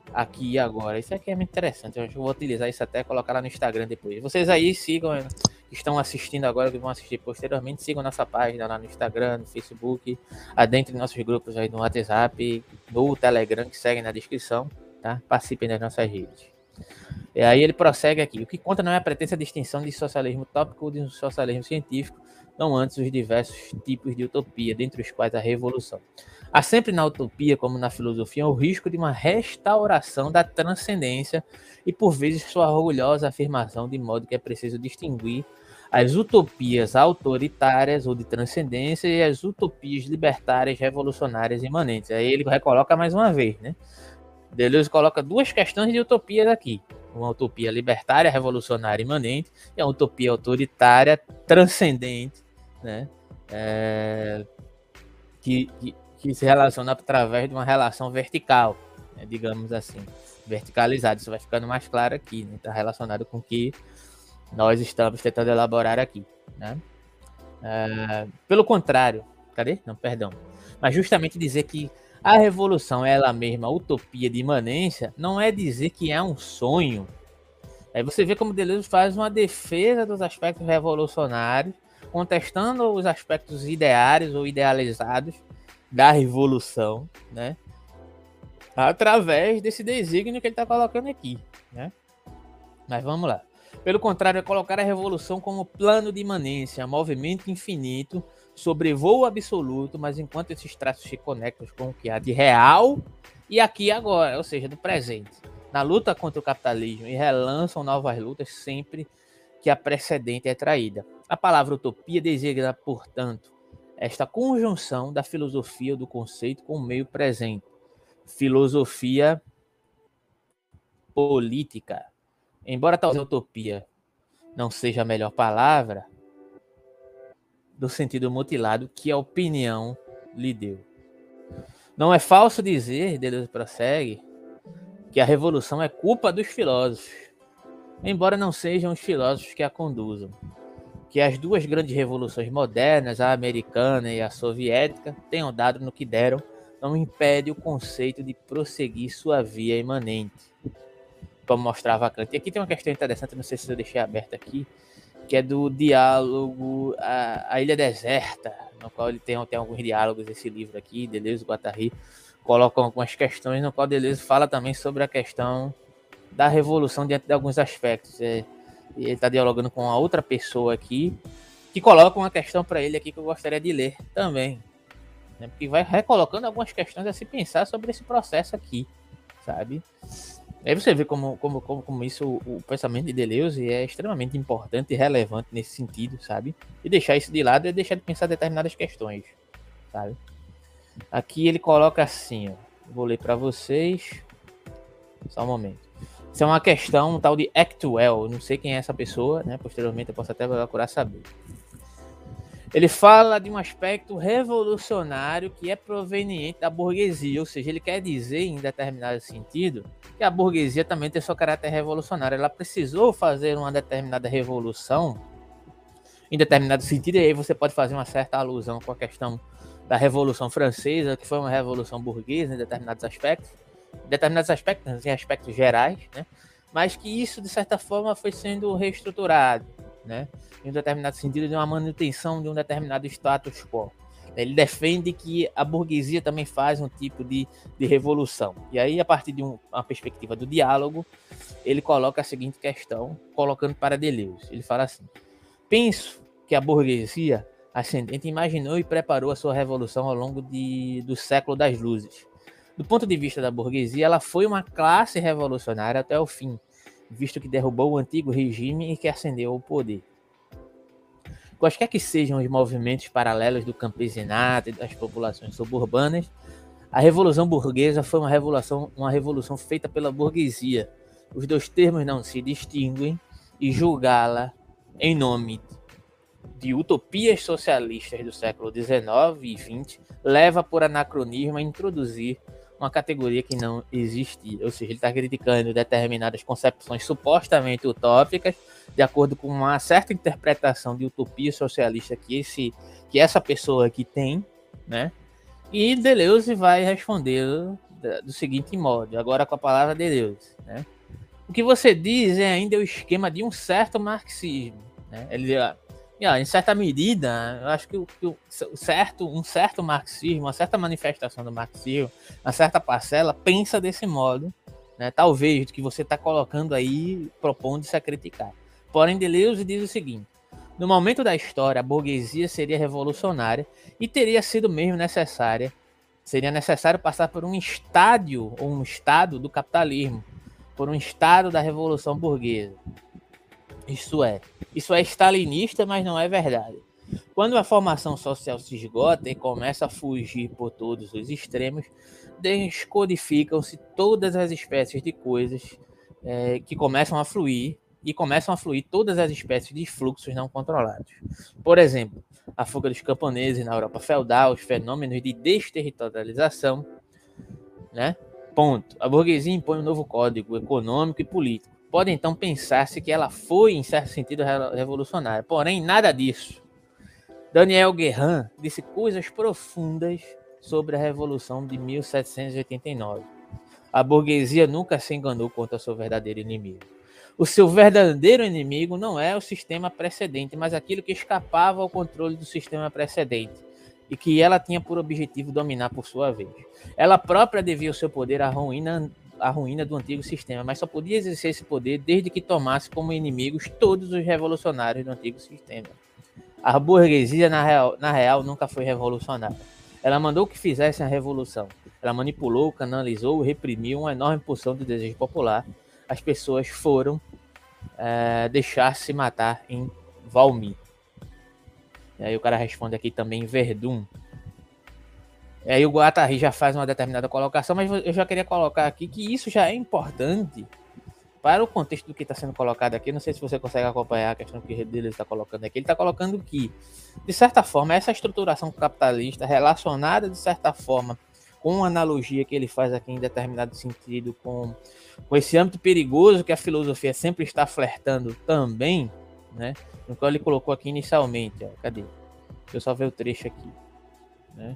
aqui e agora. Isso aqui é muito interessante. Eu acho que eu vou utilizar isso até colocar lá no Instagram depois. Vocês aí sigam, que estão assistindo agora, que vão assistir posteriormente, sigam nossa página lá no Instagram, no Facebook, dentro de nossos grupos aí no WhatsApp, no Telegram, que seguem na descrição, tá? Participem das nossas redes. E aí ele prossegue aqui. O que conta não é a pretensa distinção de socialismo utópico ou de socialismo científico, não antes os diversos tipos de utopia, dentre os quais a revolução. Há sempre na utopia, como na filosofia, o risco de uma restauração da transcendência e, por vezes, sua orgulhosa afirmação, de modo que é preciso distinguir as utopias autoritárias ou de transcendência e as utopias libertárias, revolucionárias imanentes. Aí ele recoloca mais uma vez, né? Deleuze coloca duas questões de utopias aqui. Uma utopia libertária, revolucionária imanente, e uma utopia autoritária, transcendente, né? Que se relaciona através de uma relação vertical, né? Digamos assim, verticalizada. Isso vai ficando mais claro aqui, né? Está relacionado com o que nós estamos tentando elaborar aqui, né? Pelo contrário, mas justamente dizer que a revolução é ela mesma, a utopia de imanência, não é dizer que é um sonho. Aí você vê como Deleuze faz uma defesa dos aspectos revolucionários, contestando os aspectos ideários ou idealizados da revolução, né? Através desse desígnio que ele está colocando aqui, né? Mas vamos lá. Pelo contrário, é colocar a revolução como plano de imanência, movimento infinito, sobrevoo absoluto, mas enquanto esses traços se conectam com o que há de real e aqui e agora, ou seja, do presente, na luta contra o capitalismo, e relançam novas lutas sempre que a precedente é traída. A palavra utopia designa, portanto, esta conjunção da filosofia do conceito com o meio presente. Filosofia política. Embora talvez utopia não seja a melhor palavra, do sentido mutilado que a opinião lhe deu. Não é falso dizer, Deleuze prossegue, que a revolução é culpa dos filósofos, embora não sejam os filósofos que a conduzam. Que as duas grandes revoluções modernas, a americana e a soviética, tenham dado no que deram, não impede o conceito de prosseguir sua via imanente, como mostrava Kant. E aqui tem uma questão interessante, não sei se eu deixei aberta aqui, que é do diálogo A Ilha Deserta, no qual ele tem alguns diálogos, esse livro aqui, Deleuze e Guattari, colocam algumas questões, no qual Deleuze fala também sobre a questão da revolução diante de alguns aspectos. Ele está dialogando com uma outra pessoa aqui, que coloca uma questão para ele aqui que eu gostaria de ler também, né? Porque vai recolocando algumas questões a se pensar sobre esse processo aqui, sabe? Aí você vê como isso, o pensamento de Deleuze é extremamente importante e relevante nesse sentido, sabe? E deixar isso de lado é deixar de pensar determinadas questões, sabe? Aqui ele coloca assim, ó, vou ler para vocês, só um momento. Isso é uma questão um tal de Actwell, não sei quem é essa pessoa, né? Posteriormente eu posso até procurar saber. Ele fala de um aspecto revolucionário que é proveniente da burguesia, ou seja, ele quer dizer, em determinado sentido, que a burguesia também tem seu caráter revolucionário. Ela precisou fazer uma determinada revolução, em determinado sentido, e aí você pode fazer uma certa alusão com a questão da Revolução Francesa, que foi uma revolução burguesa em determinados aspectos, em aspectos gerais, né? Mas que isso, de certa forma, foi sendo reestruturado, né? Em um determinado sentido, de uma manutenção de um determinado status quo. Ele defende que a burguesia também faz um tipo de revolução. E aí, a partir de uma perspectiva do diálogo, ele coloca a seguinte questão, colocando para Deleuze. Ele fala assim: penso que a burguesia ascendente imaginou e preparou a sua revolução ao longo do século das luzes. Do ponto de vista da burguesia, ela foi uma classe revolucionária até o fim, visto que derrubou o antigo regime e que ascendeu ao poder. Quaisquer que sejam os movimentos paralelos do campesinato e das populações suburbanas, a Revolução Burguesa foi uma revolução feita pela burguesia. Os dois termos não se distinguem e julgá-la em nome de utopias socialistas do século XIX e XX leva por anacronismo a introduzir uma categoria que não existia. Ou seja, ele está criticando determinadas concepções supostamente utópicas, de acordo com uma certa interpretação de utopia socialista que essa pessoa aqui tem, né? E Deleuze vai responder do seguinte modo, agora com a palavra de Deus, né? O que você diz é ainda o esquema de um certo marxismo, né? Ele, em certa medida, eu acho que um certo marxismo, uma certa manifestação do marxismo, uma certa parcela pensa desse modo, né? Talvez do que você está colocando aí, propondo-se a criticar. Porém, Deleuze diz o seguinte: no momento da história, a burguesia seria revolucionária e teria sido mesmo necessária. Seria necessário passar por um estádio ou um estado do capitalismo, por um estado da revolução burguesa. Isso é stalinista, mas não é verdade. Quando a formação social se esgota e começa a fugir por todos os extremos, descodificam-se todas as espécies de coisas que começam a fluir, e começam a fluir todas as espécies de fluxos não controlados. Por exemplo, a fuga dos camponeses na Europa feudal, os fenômenos de desterritorialização, né? Ponto. A burguesia impõe um novo código econômico e político. Pode então pensar-se que ela foi, em certo sentido, revolucionária. Porém, nada disso. Daniel Guérin disse coisas profundas sobre a Revolução de 1789. A burguesia nunca se enganou contra seu verdadeiro inimigo. O seu verdadeiro inimigo não é o sistema precedente, mas aquilo que escapava ao controle do sistema precedente e que ela tinha por objetivo dominar por sua vez. Ela própria devia o seu poder à ruína do antigo sistema, mas só podia exercer esse poder desde que tomasse como inimigos todos os revolucionários do antigo sistema. A burguesia, na real, nunca foi revolucionária. Ela mandou que fizessem a revolução. Ela manipulou, canalizou e reprimiu uma enorme porção do desejo popular. As pessoas foram deixar-se matar em Valmy. E aí o cara responde aqui também Verdun. E aí o Guattari já faz uma determinada colocação, mas eu já queria colocar aqui que isso já é importante para o contexto do que está sendo colocado aqui. Não sei se você consegue acompanhar a questão que ele está colocando aqui. Ele está colocando que, de certa forma, essa estruturação capitalista relacionada, de certa forma, com uma analogia que ele faz aqui em determinado sentido com esse âmbito perigoso que a filosofia sempre está flertando também, né? No qual ele colocou aqui inicialmente, ó, cadê? Deixa eu só ver o trecho aqui, né?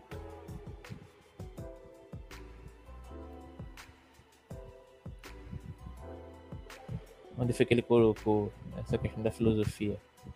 Onde foi que ele colocou essa questão da filosofia?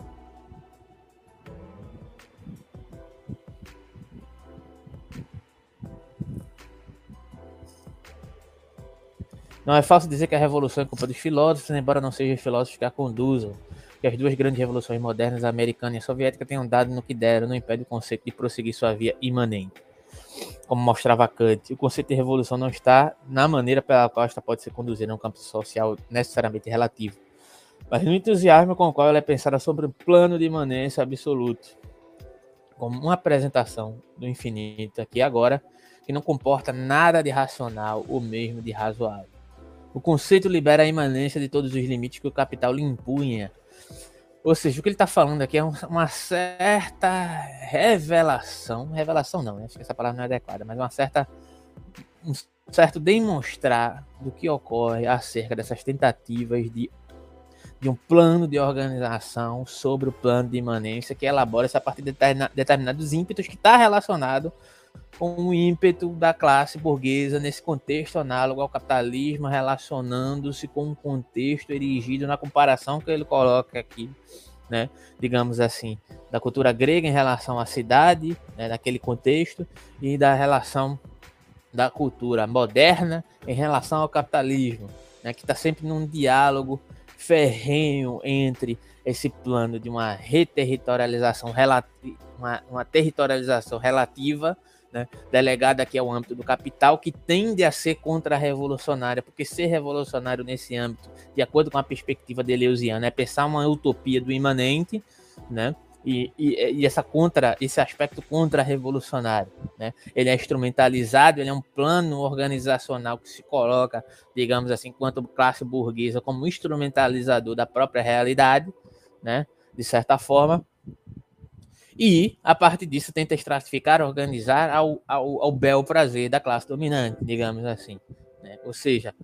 Não é falso dizer que a revolução é culpa dos filósofos, embora não sejam os filósofos que a conduzam. Que as duas grandes revoluções modernas, a americana e a soviética, tenham dado no que deram, não impede o conceito de prosseguir sua via imanente. Como mostrava Kant, o conceito de revolução não está na maneira pela qual esta pode ser conduzida a um campo social necessariamente relativo, mas no entusiasmo com o qual ela é pensada sobre um plano de imanência absoluto, como uma apresentação do infinito aqui agora, que não comporta nada de racional ou mesmo de razoável. O conceito libera a imanência de todos os limites que o capital lhe impunha. Ou seja, o que ele está falando aqui é uma certa revelação não, acho que essa palavra não é adequada, mas um certo demonstrar do que ocorre acerca dessas tentativas de um plano de organização sobre o plano de imanência que elabora-se a partir de determinados ímpetos que está relacionado com o ímpeto da classe burguesa nesse contexto análogo ao capitalismo, relacionando-se com um contexto erigido na comparação que ele coloca aqui, né, digamos assim, da cultura grega em relação à cidade, né, naquele contexto, e da relação da cultura moderna em relação ao capitalismo, né, que está sempre num diálogo ferrenho entre esse plano de uma reterritorialização uma territorialização relativa, né, delegada aqui ao âmbito do capital, que tende a ser contra-revolucionária, porque ser revolucionário nesse âmbito, de acordo com a perspectiva deleuziana, é pensar uma utopia do imanente, né, e esse aspecto contra-revolucionário, né, ele é instrumentalizado, ele é um plano organizacional que se coloca, digamos assim, enquanto classe burguesa, como instrumentalizador da própria realidade, né, de certa forma, e, a partir disso, tenta estratificar, organizar ao bel prazer da classe dominante, digamos assim, né? Ou seja,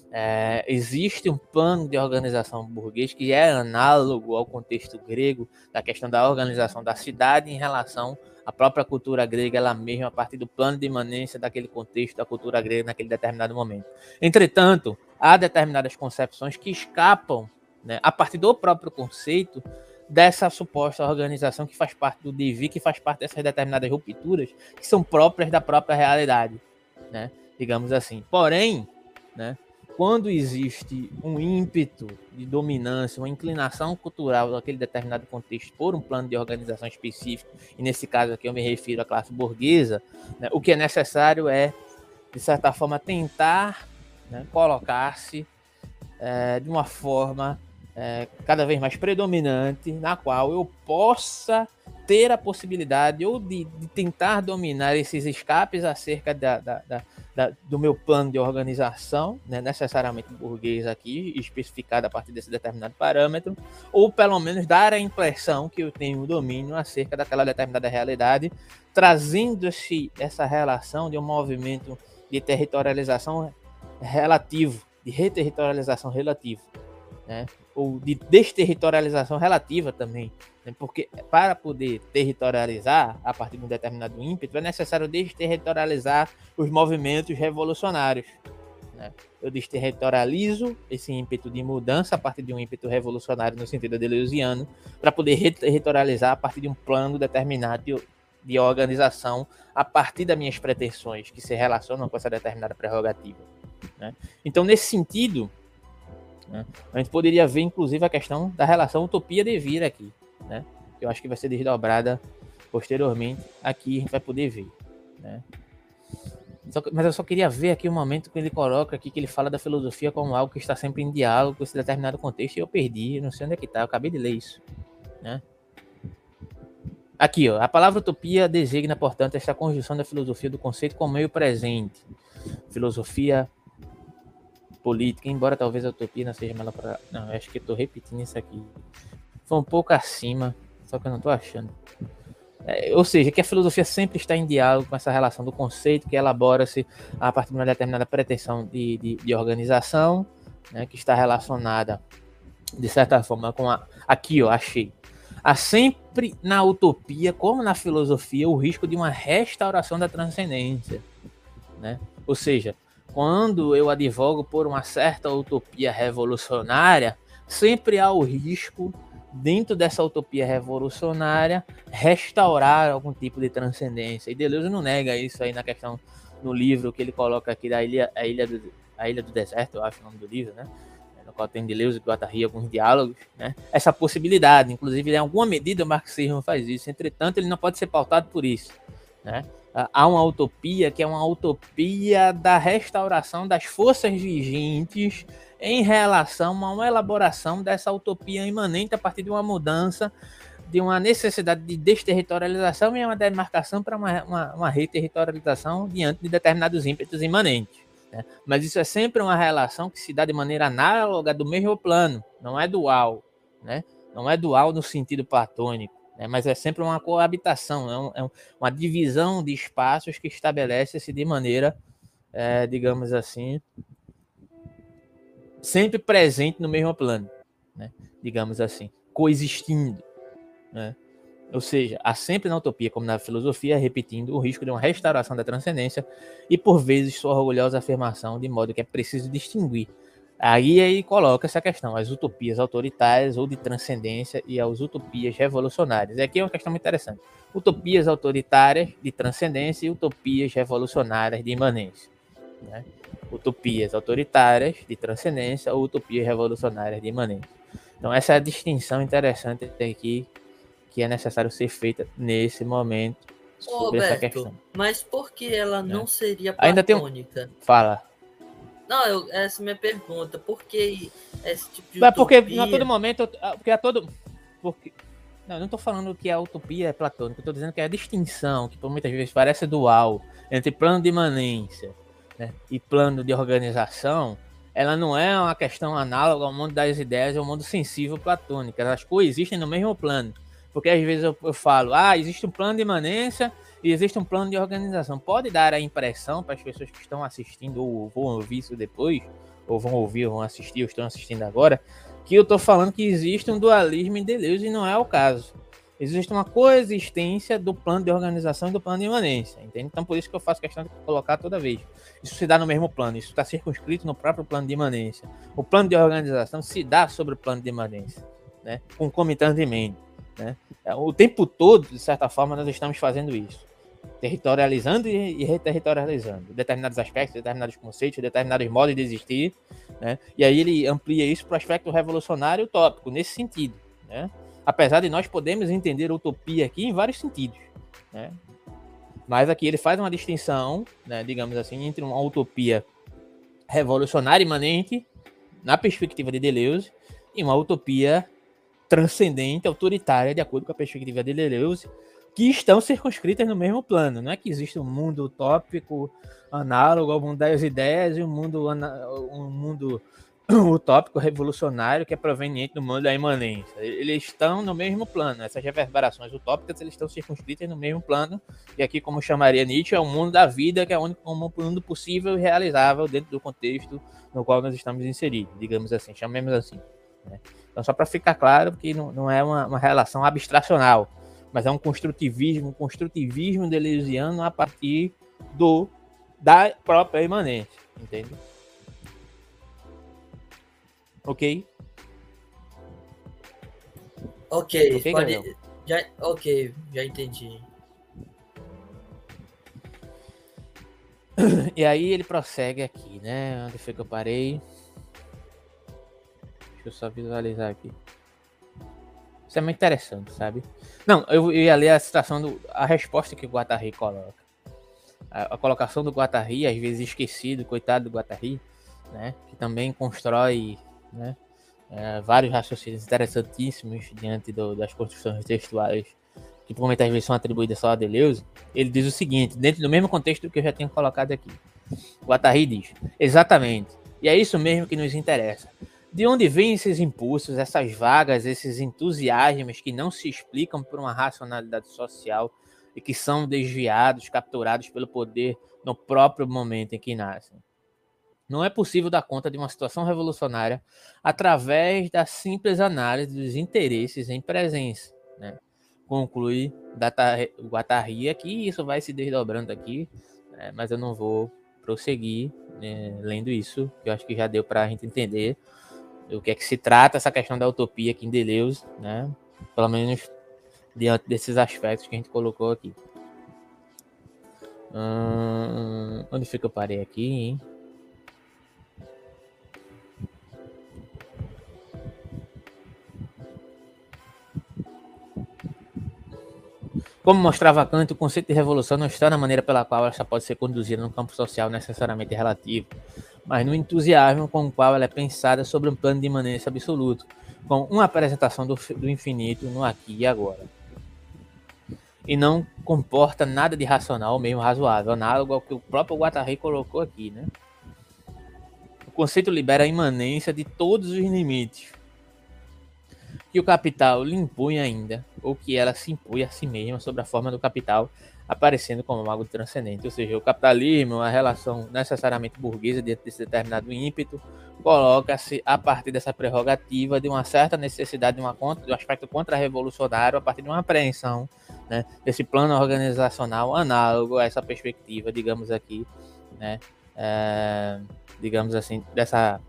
Existe um plano de organização burguês que é análogo ao contexto grego, da questão da organização da cidade em relação à própria cultura grega, ela mesma, a partir do plano de imanência daquele contexto da cultura grega naquele determinado momento. Entretanto, há determinadas concepções que escapam, né, a partir do próprio conceito dessa suposta organização que faz parte do devir, que faz parte dessas determinadas rupturas que são próprias da própria realidade, né, digamos assim. Porém, né, quando existe um ímpeto de dominância, uma inclinação cultural daquele determinado contexto por um plano de organização específico, e nesse caso aqui eu me refiro à classe burguesa, né, o que é necessário é, de certa forma, tentar, né, colocar-se de uma forma cada vez mais predominante, na qual eu possa ter a possibilidade ou de tentar dominar esses escapes acerca do meu plano de organização, né, necessariamente burguês aqui, especificado a partir desse determinado parâmetro, ou pelo menos dar a impressão que eu tenho domínio acerca daquela determinada realidade, trazendo-se essa relação de um movimento de territorialização relativo, de reterritorialização relativa, né, ou de desterritorialização relativa também, né, porque para poder territorializar a partir de um determinado ímpeto é necessário desterritorializar os movimentos revolucionários, né? Eu desterritorializo esse ímpeto de mudança a partir de um ímpeto revolucionário no sentido deleuziano para poder reterritorializar a partir de um plano determinado de organização a partir das minhas pretensões que se relacionam com essa determinada prerrogativa, né? Então, nesse sentido, né, a gente poderia ver, inclusive, a questão da relação utopia-devir aqui, né? Eu acho que vai ser desdobrada posteriormente. Aqui a gente vai poder ver, né? Mas eu só queria ver aqui o momento que ele coloca aqui, que ele fala da filosofia como algo que está sempre em diálogo com esse determinado contexto, e eu perdi, eu não sei onde é que está, eu acabei de ler isso, né? Aqui, ó, a palavra utopia designa, portanto, esta conjunção da filosofia do conceito com o meio presente. Filosofia política, embora talvez a utopia não seja melhor para... Não, eu acho que eu estou repetindo isso aqui. Foi um pouco acima, só que eu não estou achando. Ou seja, que a filosofia sempre está em diálogo com essa relação do conceito que elabora-se a partir de uma determinada pretensão de organização, né, que está relacionada, de certa forma, com a... Aqui, ó, achei. Há sempre na utopia, como na filosofia, o risco de uma restauração da transcendência, né? Ou seja, quando eu advogo por uma certa utopia revolucionária, sempre há o risco, dentro dessa utopia revolucionária, restaurar algum tipo de transcendência. E Deleuze não nega isso aí na questão, no livro que ele coloca aqui da ilha do Deserto, eu acho o nome do livro, né? No qual tem Deleuze e Guattari alguns diálogos, né? Essa possibilidade, inclusive, em alguma medida o marxismo faz isso. Entretanto, ele não pode ser pautado por isso, né? Há uma utopia que é uma utopia da restauração das forças vigentes em relação a uma elaboração dessa utopia imanente a partir de uma mudança, de uma necessidade de desterritorialização e uma demarcação para uma reterritorialização diante de determinados ímpetos imanentes, né? Mas isso é sempre uma relação que se dá de maneira análoga do mesmo plano, não é dual, né? Não é dual no sentido platônico, mas é sempre uma coabitação, uma divisão de espaços que estabelece-se de maneira, digamos assim, sempre presente no mesmo plano, né? Digamos assim, coexistindo, né? Ou seja, há sempre na utopia, como na filosofia, repetindo o risco de uma restauração da transcendência e, por vezes, sua orgulhosa afirmação, de modo que é preciso distinguir. Aí coloca essa questão, as utopias autoritárias ou de transcendência e as utopias revolucionárias. E aqui é uma questão muito interessante. Utopias autoritárias de transcendência e utopias revolucionárias de imanência, né? Utopias autoritárias de transcendência ou utopias revolucionárias de imanência. Então essa é a distinção interessante aqui que é necessário ser feita nesse momento sobre essa questão. Mas por que ela não seria platônica? Ainda tem Fala. Não, essa é a minha pergunta. Por que esse tipo de utopia? Porque a todo momento... Não, eu não estou falando que a utopia é platônica. Eu estou dizendo que é a distinção, que por muitas vezes parece dual, entre plano de imanência, né, e plano de organização, ela não é uma questão análoga ao mundo das ideias e ao mundo sensível platônico. Elas coexistem no mesmo plano. Porque às vezes eu falo, existe um plano de imanência e existe um plano de organização. Pode dar a impressão para as pessoas que estão assistindo ou vão ouvir isso depois, ou vão ouvir, ou vão assistir, ou estão assistindo agora, que eu estou falando que existe um dualismo em Deleuze e não é o caso. Existe uma coexistência do plano de organização e do plano de imanência, entende? Então, por isso que eu faço questão de colocar toda vez. Isso se dá no mesmo plano, isso está circunscrito no próprio plano de imanência. O plano de organização se dá sobre o plano de imanência, né? Concomitantemente, né? O tempo todo, de certa forma, nós estamos fazendo isso. Territorializando e reterritorializando determinados aspectos, determinados conceitos, determinados modos de existir, né? E aí ele amplia isso para o aspecto revolucionário utópico, nesse sentido, né? Apesar de nós podermos entender utopia aqui em vários sentidos, né? Mas aqui ele faz uma distinção, né, digamos assim, entre uma utopia revolucionária imanente, na perspectiva de Deleuze, e uma utopia transcendente, autoritária, de acordo com a perspectiva de Deleuze, que estão circunscritas no mesmo plano. Não é que existe um mundo utópico análogo ao mundo das ideias e um mundo utópico revolucionário que é proveniente do mundo da imanência. Eles estão no mesmo plano. Essas reverberações utópicas eles estão circunscritas no mesmo plano. E aqui, como chamaria Nietzsche, é o mundo da vida, que é o único mundo possível e realizável dentro do contexto no qual nós estamos inseridos, digamos assim, chamemos assim, né? Então, só para ficar claro que não é uma relação abstracional, mas é um construtivismo deleuziano a partir da própria imanência, entende? Ok? Ok, pode... já entendi. E aí ele prossegue aqui, né? Onde foi que eu parei? Deixa eu só visualizar aqui. Isso é muito interessante, sabe? Não, eu ia ler a citação, a resposta que o Guattari coloca. A colocação do Guattari, às vezes esquecido, coitado do Guattari, né? Que também constrói, né, vários raciocínios interessantíssimos diante das construções textuais que por muitas vezes são atribuídas só a Deleuze. Ele diz o seguinte, dentro do mesmo contexto que eu já tinha colocado aqui. O Guattari diz, exatamente, e é isso mesmo que nos interessa. De onde vêm esses impulsos, essas vagas, esses entusiasmos que não se explicam por uma racionalidade social e que são desviados, capturados pelo poder no próprio momento em que nascem? Não é possível dar conta de uma situação revolucionária através da simples análise dos interesses em presença, né? Conclui o Guattari aqui, isso vai se desdobrando aqui, né? Mas eu não vou prosseguir, né, lendo isso, que eu acho que já deu para a gente entender do que é que se trata essa questão da utopia aqui em Deleuze, né? Pelo menos diante desses aspectos que a gente colocou aqui. Onde foi que eu parei aqui, hein? Como mostrava Kant, o conceito de revolução não está na maneira pela qual ela pode ser conduzida no campo social necessariamente relativo, mas no entusiasmo com o qual ela é pensada sobre um plano de imanência absoluto, com uma apresentação do infinito no aqui e agora. E não comporta nada de racional ou mesmo razoável, análogo ao que o próprio Guattari colocou aqui, né? O conceito libera a imanência de todos os limites que o capital lhe impõe ainda, ou que ela se impõe a si mesma sob a forma do capital, aparecendo como algo transcendente. Ou seja, o capitalismo, a relação necessariamente burguesa dentro desse determinado ímpeto, coloca-se a partir dessa prerrogativa de uma certa necessidade de um aspecto contra-revolucionário, a partir de uma apreensão, né, desse plano organizacional análogo a essa perspectiva, digamos aqui, né, digamos assim, dessa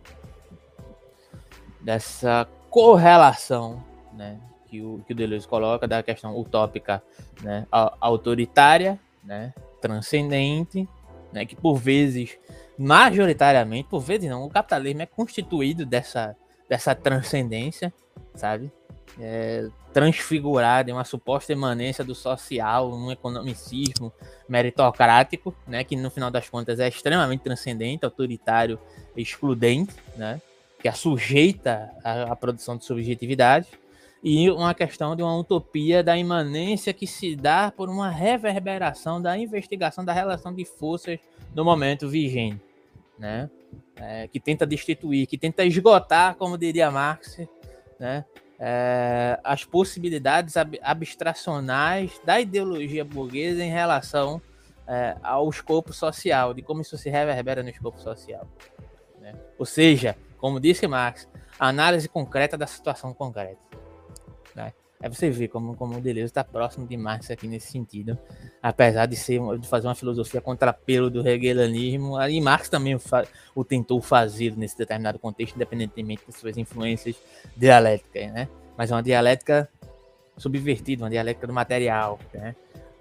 correlação, né, que o Deleuze coloca da questão utópica, né, autoritária, né, transcendente, né, que por vezes, majoritariamente, por vezes não, o capitalismo é constituído dessa transcendência, sabe? Transfigurada em uma suposta emanência do social, um economicismo meritocrático, né, que no final das contas é extremamente transcendente, autoritário, excludente, né, que assujeita a produção de subjetividade, e uma questão de uma utopia da imanência que se dá por uma reverberação da investigação da relação de forças no momento vigente, né? Que tenta destituir, que tenta esgotar, como diria Marx, né, as possibilidades abstracionais da ideologia burguesa em relação ao escopo social, de como isso se reverbera no escopo social. né? Ou seja, como disse Marx, a análise concreta da situação concreta, né? Aí você vê como o Deleuze está próximo de Marx aqui nesse sentido, apesar de fazer uma filosofia contrapelo do hegelianismo, e Marx também o tentou fazer nesse determinado contexto, independentemente de suas influências dialéticas, né? Mas é uma dialética subvertida, uma dialética do material, né?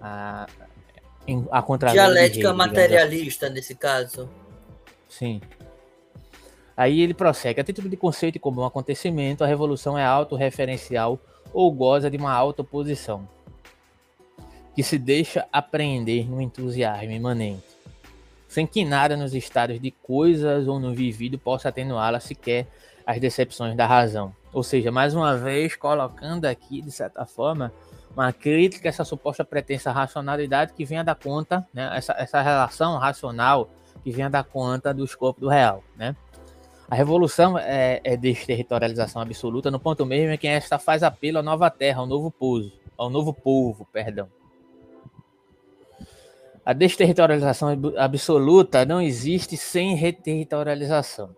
A contragosto Dialética Hegel, materialista, assim, nesse caso. Sim. Aí ele prossegue. A título de conceito e comum acontecimento, a revolução é autorreferencial ou goza de uma autoposição, que se deixa apreender no entusiasmo imanente, sem que nada nos estados de coisas ou no vivido possa atenuá-la sequer as decepções da razão. Ou seja, mais uma vez, colocando aqui, de certa forma, uma crítica a essa suposta pretensa racionalidade que venha dar conta, né, essa relação racional que venha dar conta do escopo do real, né? A revolução é desterritorialização absoluta no ponto mesmo em que esta faz apelo à nova terra, ao novo povo, perdão. A desterritorialização absoluta não existe sem reterritorialização.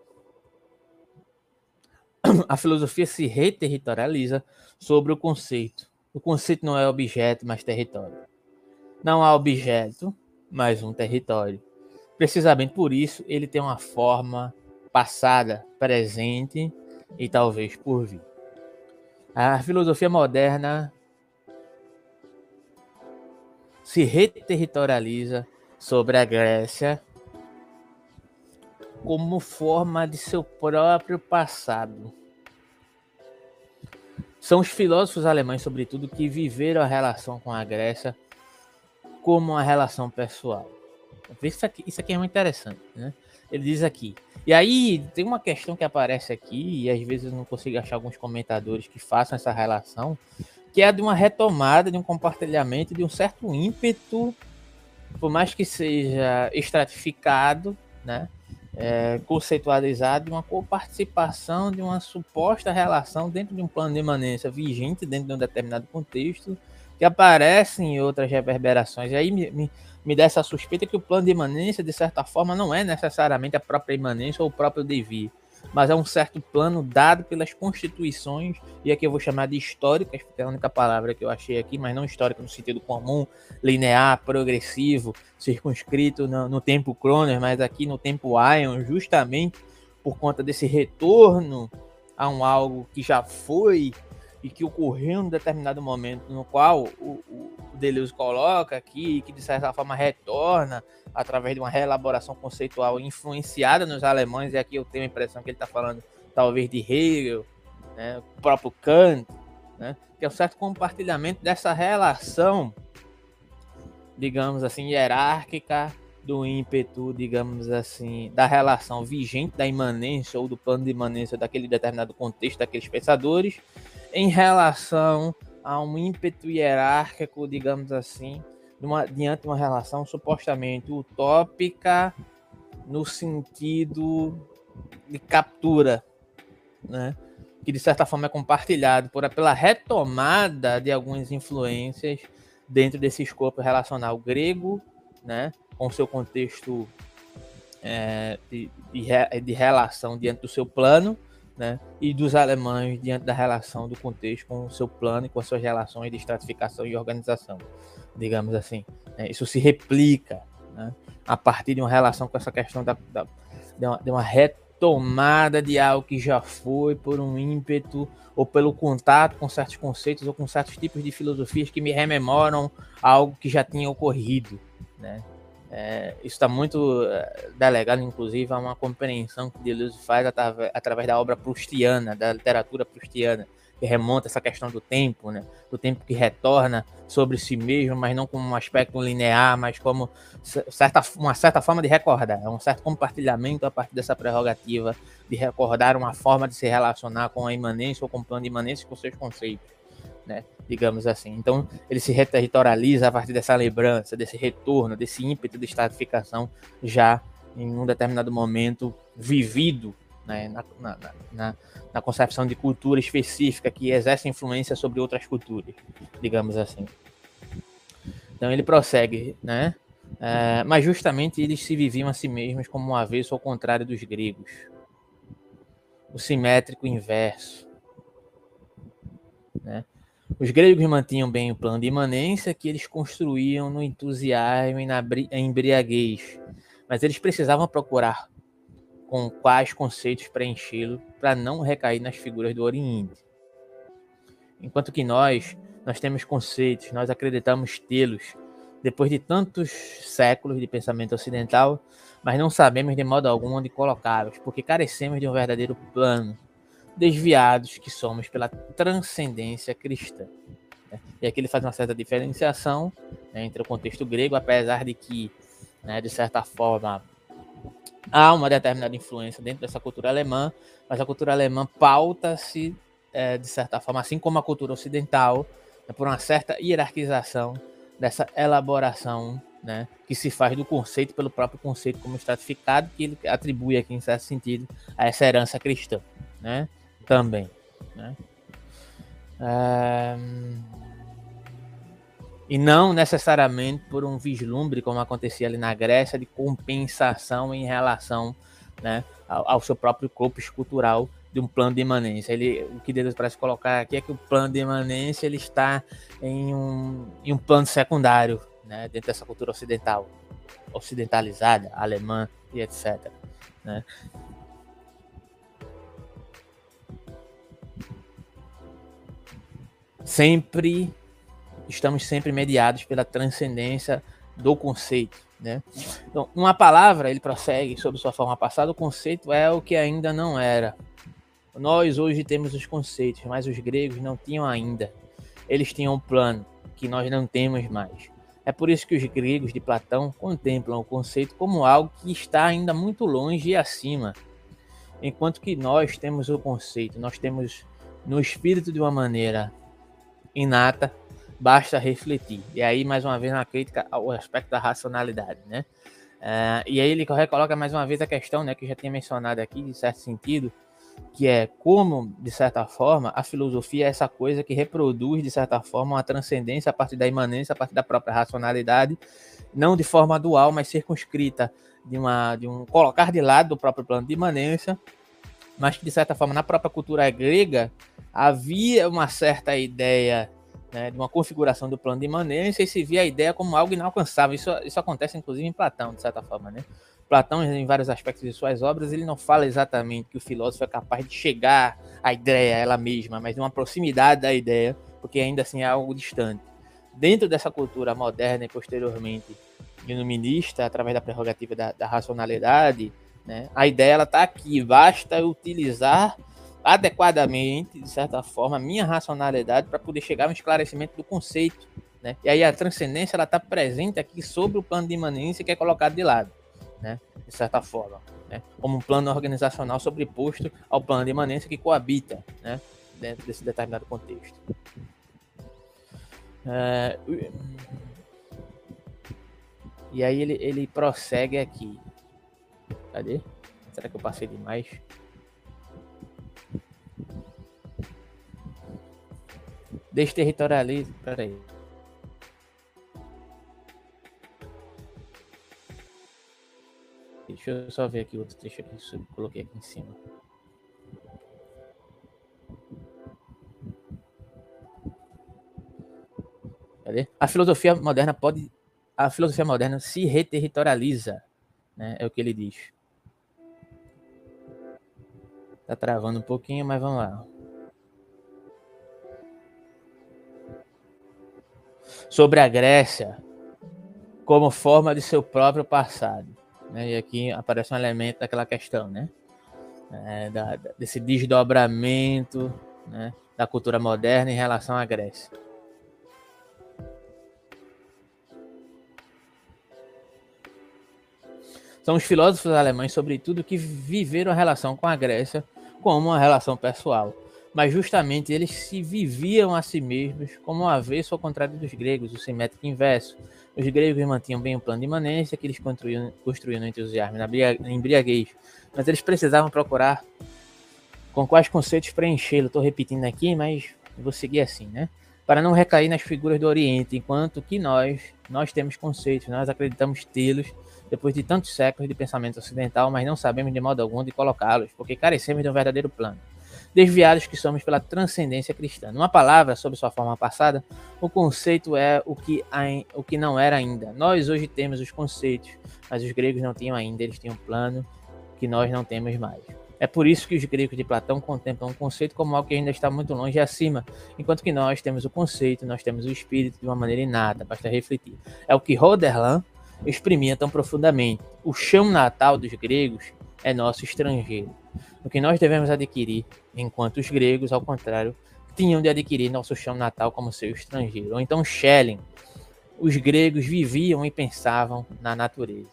A filosofia se reterritorializa sobre o conceito. O conceito não é objeto, mas território. Não há objeto, mas um território. Precisamente por isso, ele tem uma forma passada, presente e talvez por vir. A filosofia moderna se reterritorializa sobre a Grécia como forma de seu próprio passado. São os filósofos alemães, sobretudo, que viveram a relação com a Grécia como uma relação pessoal. Isso aqui é muito interessante, né? Ele diz aqui. E aí tem uma questão que aparece aqui, e às vezes eu não consigo achar alguns comentadores que façam essa relação, que é de uma retomada, de um compartilhamento, de um certo ímpeto, por mais que seja estratificado, né? Conceitualizado, de uma coparticipação de uma suposta relação dentro de um plano de imanência vigente, dentro de um determinado contexto, que aparece em outras reverberações. E aí me dá essa suspeita que o plano de imanência, de certa forma, não é necessariamente a própria imanência ou o próprio devir, mas é um certo plano dado pelas constituições, e aqui eu vou chamar de históricas, porque é a única palavra que eu achei aqui, mas não histórica no sentido comum, linear, progressivo, circunscrito no tempo Cronos, mas aqui no tempo Aion, justamente por conta desse retorno a um algo que já foi e que ocorreu em um determinado momento, no qual o Deleuze coloca aqui, que de certa forma retorna através de uma reelaboração conceitual influenciada nos alemães, e aqui eu tenho a impressão que ele está falando talvez de Hegel, né, o próprio Kant, né, que é um certo compartilhamento dessa relação, digamos assim, hierárquica do ímpeto, digamos assim, da relação vigente da imanência ou do plano de imanência daquele determinado contexto, daqueles pensadores, em relação a um ímpeto hierárquico, digamos assim, diante de uma relação supostamente utópica no sentido de captura, né? Que de certa forma é compartilhado pela retomada de algumas influências dentro desse escopo relacional grego, né? Com seu contexto de relação diante do seu plano, né, e dos alemães diante da relação do contexto com o seu plano e com as suas relações de estratificação e organização, digamos assim. Isso se replica, né, a partir de uma relação com essa questão de uma retomada de algo que já foi por um ímpeto ou pelo contato com certos conceitos ou com certos tipos de filosofias que me rememoram algo que já tinha ocorrido, né? Isso está muito delegado, inclusive, a uma compreensão que Deleuze faz através da obra proustiana, da literatura proustiana, que remonta essa questão do tempo, né? Do tempo que retorna sobre si mesmo, mas não como um aspecto linear, mas como uma certa forma de recordar, um certo compartilhamento a partir dessa prerrogativa de recordar uma forma de se relacionar com a imanência ou com o plano de imanência e com seus conceitos, né? Digamos assim. Então, ele se reterritorializa a partir dessa lembrança, desse retorno, desse ímpeto de estratificação já em um determinado momento vivido, né, na concepção de cultura específica que exerce influência sobre outras culturas, digamos assim. Então, ele prossegue, mas justamente eles se viviam a si mesmos como um avesso ao contrário dos gregos, o simétrico inverso, né? Os gregos mantinham bem o plano de imanência que eles construíam no entusiasmo e na embriaguez, mas eles precisavam procurar com quais conceitos preenchê-lo para não recair nas figuras do Oriente. Enquanto que nós temos conceitos, nós acreditamos tê-los depois de tantos séculos de pensamento ocidental, mas não sabemos de modo algum onde colocá-los, porque carecemos de um verdadeiro plano, desviados que somos pela transcendência cristã. E aqui ele faz uma certa diferenciação, né, entre o contexto grego, apesar de que, né, de certa forma, há uma determinada influência dentro dessa cultura alemã, mas a cultura alemã pauta-se, de certa forma, assim como a cultura ocidental, por uma certa hierarquização dessa elaboração, né, que se faz do conceito pelo próprio conceito como estratificado, que ele atribui aqui, em certo sentido, a essa herança cristã, né, também, né. E não necessariamente por um vislumbre, como acontecia ali na Grécia, de compensação em relação, né, ao seu próprio corpo escultural de um plano de imanência. O que Deus parece colocar aqui é que o plano de imanência ele está em um plano secundário, né, dentro dessa cultura ocidental, ocidentalizada, alemã e etc. Né? Estamos sempre mediados pela transcendência do conceito, né? Então, uma palavra, ele prossegue sobre sua forma passada, o conceito é o que ainda não era. Nós hoje temos os conceitos, mas os gregos não tinham ainda. Eles tinham um plano que nós não temos mais. É por isso que os gregos de Platão contemplam o conceito como algo que está ainda muito longe e acima. Enquanto que nós temos o conceito, nós temos no espírito de uma maneira inata, basta refletir. E aí, mais uma vez, uma crítica ao aspecto da racionalidade, né? E aí ele recoloca mais uma vez a questão, né, que eu já tinha mencionado aqui, de certo sentido, que é como, de certa forma, a filosofia é essa coisa que reproduz, de certa forma, uma transcendência a partir da imanência, a partir da própria racionalidade, não de forma dual, mas circunscrita de um colocar de lado do próprio plano de imanência, mas que, de certa forma, na própria cultura grega, havia uma certa ideia, né, de uma configuração do plano de imanência e se via a ideia como algo inalcançável. Isso acontece, inclusive, em Platão, de certa forma, né? Platão, em vários aspectos de suas obras, ele não fala exatamente que o filósofo é capaz de chegar à ideia ela mesma, mas de uma proximidade da ideia, porque ainda assim é algo distante. Dentro dessa cultura moderna e posteriormente iluminista, através da prerrogativa da racionalidade, né, a ideia ela está aqui, basta utilizar adequadamente, de certa forma, a minha racionalidade para poder chegar ao esclarecimento do conceito, né? E aí a transcendência ela está presente aqui sobre o plano de imanência que é colocado de lado, né? De certa forma, né? Como um plano organizacional sobreposto ao plano de imanência que coabita, né, dentro desse determinado contexto. E aí ele prossegue aqui. Cadê? Será que eu passei demais? Desterritorializa. Peraí. Deixa eu só ver aqui outro trecho que eu coloquei aqui em cima. Cadê? A filosofia moderna se reterritorializa, né? É o que ele diz. Tá travando um pouquinho, mas vamos lá. Sobre a Grécia como forma de seu próprio passado, né? E aqui aparece um elemento daquela questão, né? Desse desdobramento, né, da cultura moderna em relação à Grécia. São os filósofos alemães, sobretudo, que viveram a relação com a Grécia como uma relação pessoal. Mas justamente eles se viviam a si mesmos como um avesso ao contrário dos gregos, o simétrico inverso. Os gregos mantinham bem o plano de imanência que eles construíam no entusiasmo, na embriaguez. Mas eles precisavam procurar com quais conceitos preenchê-lo. Estou repetindo aqui, mas vou seguir assim, né? para não recair nas figuras do Oriente, enquanto que nós temos conceitos, nós acreditamos tê-los depois de tantos séculos de pensamento ocidental, mas não sabemos de modo algum de colocá-los, porque carecemos de um verdadeiro plano. Desviados que somos pela transcendência cristã. Numa palavra, sob sua forma passada, o conceito é o que não era ainda. Nós hoje temos os conceitos, mas os gregos não tinham ainda, eles tinham um plano que nós não temos mais. É por isso que os gregos de Platão contemplam o conceito como algo que ainda está muito longe e acima, enquanto que nós temos o conceito, nós temos o espírito de uma maneira inata, basta refletir. É o que Roderlan exprimia tão profundamente. O chão natal dos gregos é nosso estrangeiro. O que nós devemos adquirir, enquanto os gregos, ao contrário, tinham de adquirir nosso chão natal como seu estrangeiro. Ou então Schelling, os gregos viviam e pensavam na natureza.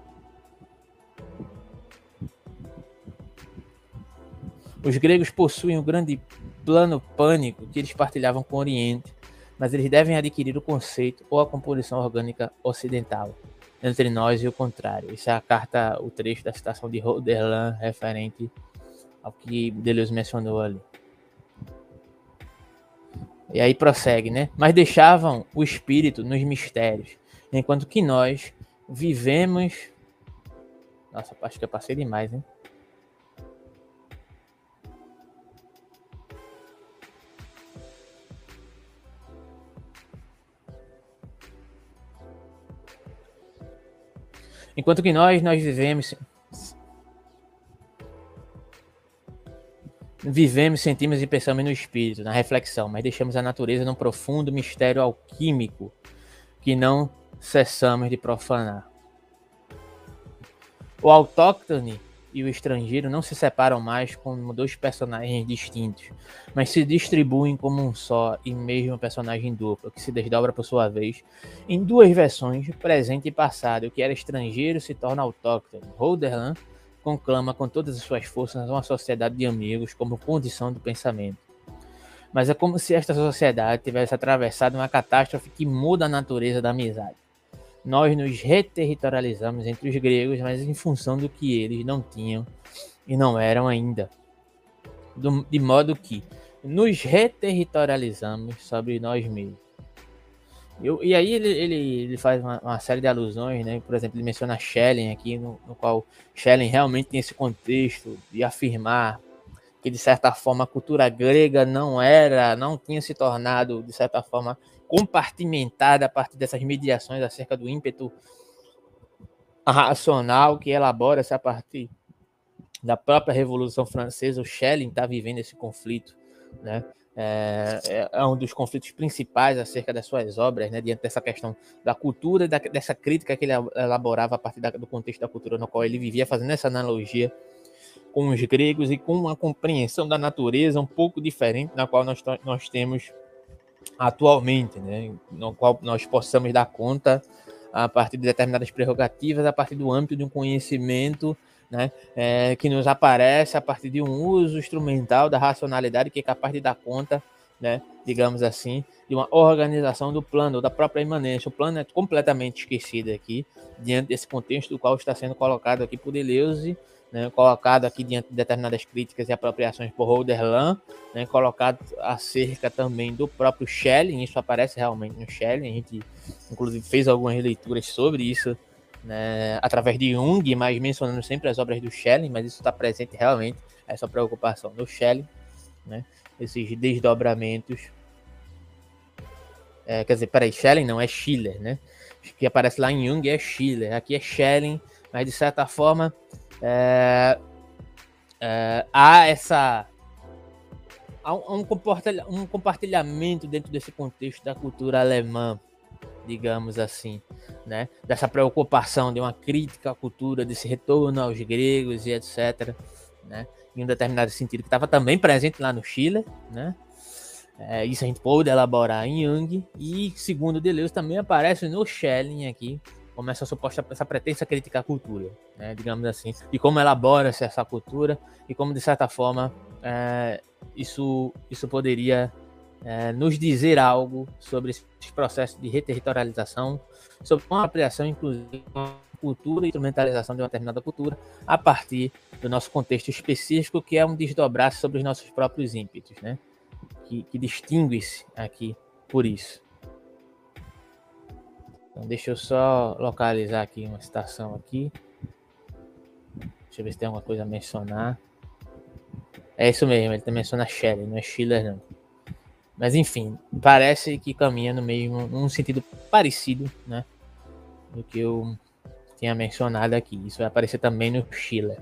Os gregos possuem um grande plano pânico que eles partilhavam com o Oriente, mas eles devem adquirir o conceito ou a composição orgânica ocidental, entre nós e o contrário. Isso é a carta, o trecho da citação de Roderlan referente ao que Deleuze mencionou ali. E aí prossegue, né? Mas deixavam o espírito nos mistérios, enquanto que nós vivemos... Nossa, acho que eu passei demais, hein? Enquanto que nós vivemos, sentimos e pensamos no espírito, na reflexão, mas deixamos a natureza num profundo mistério alquímico que não cessamos de profanar. O autóctone e o estrangeiro não se separam mais como dois personagens distintos, mas se distribuem como um só e mesmo personagem duplo, que se desdobra por sua vez em duas versões, presente e passado. O que era estrangeiro se torna autóctone. Roderlan conclama com todas as suas forças uma sociedade de amigos como condição do pensamento. Mas é como se esta sociedade tivesse atravessado uma catástrofe que muda a natureza da amizade. Nós nos reterritorializamos entre os gregos, mas em função do que eles não tinham e não eram ainda. De modo que nos reterritorializamos sobre nós mesmos. E aí ele faz uma série de alusões, né? Por exemplo, ele menciona Schelling aqui, no qual Schelling realmente tem esse contexto de afirmar que, de certa forma, a cultura grega não tinha se tornado, de certa forma, compartimentada a partir dessas mediações acerca do ímpeto racional que elabora-se a partir da própria Revolução Francesa. O Schelling está vivendo esse conflito, né? É um dos conflitos principais acerca das suas obras, né? Diante dessa questão da cultura e dessa crítica que ele elaborava a partir do contexto da cultura no qual ele vivia, fazendo essa analogia com os gregos e com uma compreensão da natureza um pouco diferente na qual nós temos atualmente, né? No qual nós possamos dar conta a partir de determinadas prerrogativas, a partir do âmbito de um conhecimento, né? Que nos aparece a partir de um uso instrumental da racionalidade que é capaz de dar conta, né? Digamos assim, de uma organização do plano, da própria imanência. O plano é completamente esquecido aqui, diante desse contexto do qual está sendo colocado aqui por Deleuze, né, colocado aqui diante de determinadas críticas e apropriações por Roderlan, né, colocado acerca também do próprio Schelling. Isso aparece realmente no Schelling, a gente inclusive fez algumas leituras sobre isso, né, através de Jung, mas mencionando sempre as obras do Schelling, mas isso está presente realmente, essa preocupação no Schelling, né, esses desdobramentos. Quer dizer, peraí, Schelling não, é Schiller, né? O que aparece lá em Jung é Schiller, aqui é Schelling, mas de certa forma há um compartilhamento dentro desse contexto da cultura alemã, digamos assim, né? Dessa preocupação de uma crítica à cultura, desse retorno aos gregos e etc., né? Em um determinado sentido, que estava também presente lá no Schiller, né? Isso a gente pode elaborar em Jung, e segundo Deleuze também aparece no Schelling aqui, como essa pretensa crítica à cultura, né, digamos assim, e como elabora-se essa cultura, e como, de certa forma, isso poderia nos dizer algo sobre esse processo de reterritorialização, sobre uma apropriação, inclusive, uma cultura e instrumentalização de uma determinada cultura a partir do nosso contexto específico, que é um desdobrar sobre os nossos próprios ímpetos, né, que distingue-se aqui por isso. Então, deixa eu só localizar aqui uma citação aqui. Deixa eu ver se tem alguma coisa a mencionar. É isso mesmo, ele também menciona Shelley, não é Schiller não. Mas enfim, parece que caminha no mesmo, num sentido parecido, né, do que eu tinha mencionado aqui. Isso vai aparecer também no Schiller.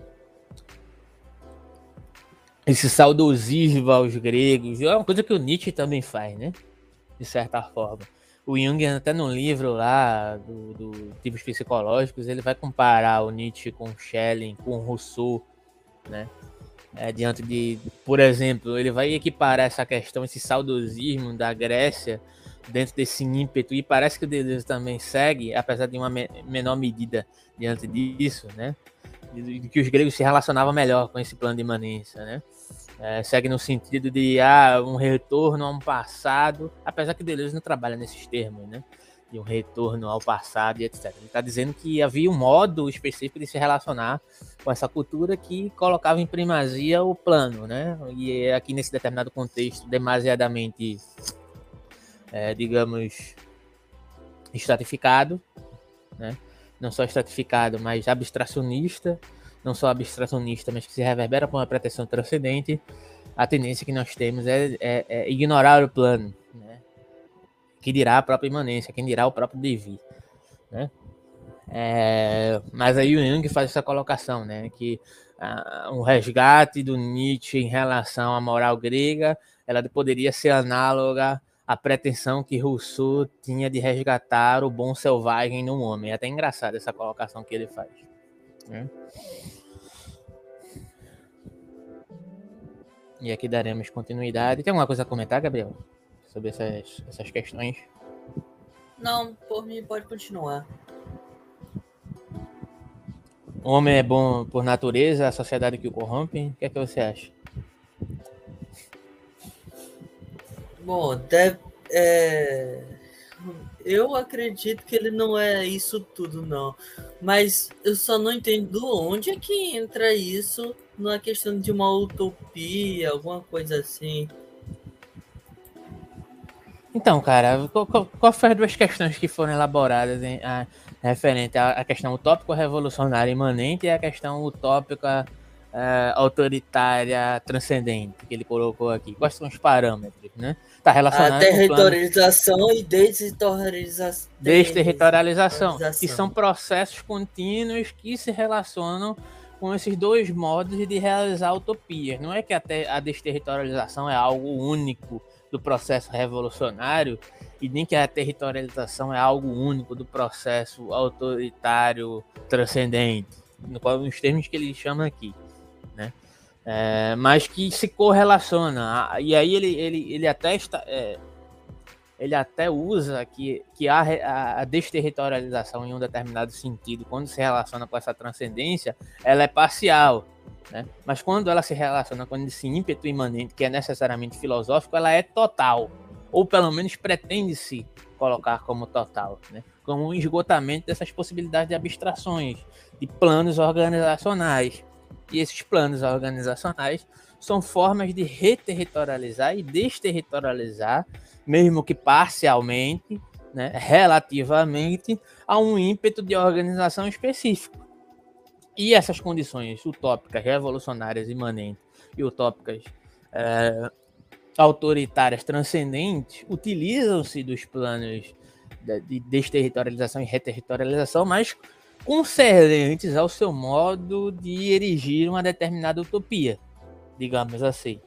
Esse saudosismo aos gregos é uma coisa que o Nietzsche também faz, né, de certa forma. O Jung, até no livro lá do Tipos Psicológicos, ele vai comparar o Nietzsche com Schelling, com Rousseau, né? Diante de, por exemplo, ele vai equiparar essa questão, esse saudosismo da Grécia dentro desse ímpeto, e parece que o Deleuze também segue, apesar de uma menor medida diante disso, né? De que os gregos se relacionavam melhor com esse plano de imanência, né? Segue no sentido de um retorno a um passado, apesar que Deleuze não trabalha nesses termos, né? De um retorno ao passado e etc. Ele está dizendo que havia um modo específico de se relacionar com essa cultura que colocava em primazia o plano, né? E aqui nesse determinado contexto demasiadamente, digamos, estratificado, né? Não só estratificado, mas abstracionista, não só abstracionista, mas que se reverbera por uma pretensão transcendente, a tendência que nós temos é ignorar o plano, né? Que dirá a própria imanência, quem dirá o próprio devir, né? Mas aí o Jung faz essa colocação, né? Que um resgate do Nietzsche em relação à moral grega, ela poderia ser análoga à pretensão que Rousseau tinha de resgatar o bom selvagem no homem. É até engraçado essa colocação que ele faz, né? E aqui daremos continuidade. Tem alguma coisa a comentar, Gabriel, sobre essas questões? Não, por mim pode continuar. O homem é bom por natureza, a sociedade que o corrompe? O que é que você acha? Bom, eu acredito que ele não é isso tudo, não. Mas eu só não entendo onde é que entra isso na questão de uma utopia, alguma coisa assim. Então, cara, qual foi as duas questões que foram elaboradas referente à questão utópico-revolucionária imanente e a questão utópica autoritária transcendente que ele colocou aqui? Quais são os parâmetros, né? Está relacionado a territorialização e desterritorialização, que são processos contínuos que se relacionam com esses dois modos de realizar utopias. Não é que a desterritorialização é algo único do processo revolucionário e nem que a territorialização é algo único do processo autoritário transcendente, nos termos que ele chama aqui, né? Mas que se correlaciona. E aí ele até usa que a desterritorialização em um determinado sentido, quando se relaciona com essa transcendência, ela é parcial, né? Mas quando ela se relaciona com esse ímpeto imanente, que é necessariamente filosófico, ela é total, ou pelo menos pretende-se colocar como total, né? Como um esgotamento dessas possibilidades de abstrações, de planos organizacionais. E esses planos organizacionais são formas de reterritorializar e desterritorializar, mesmo que parcialmente, né, relativamente a um ímpeto de organização específico. E essas condições utópicas, revolucionárias, imanentes e utópicas autoritárias, transcendentes, utilizam-se dos planos de desterritorialização e reterritorialização, mas concernentes ao seu modo de erigir uma determinada utopia, digamos assim.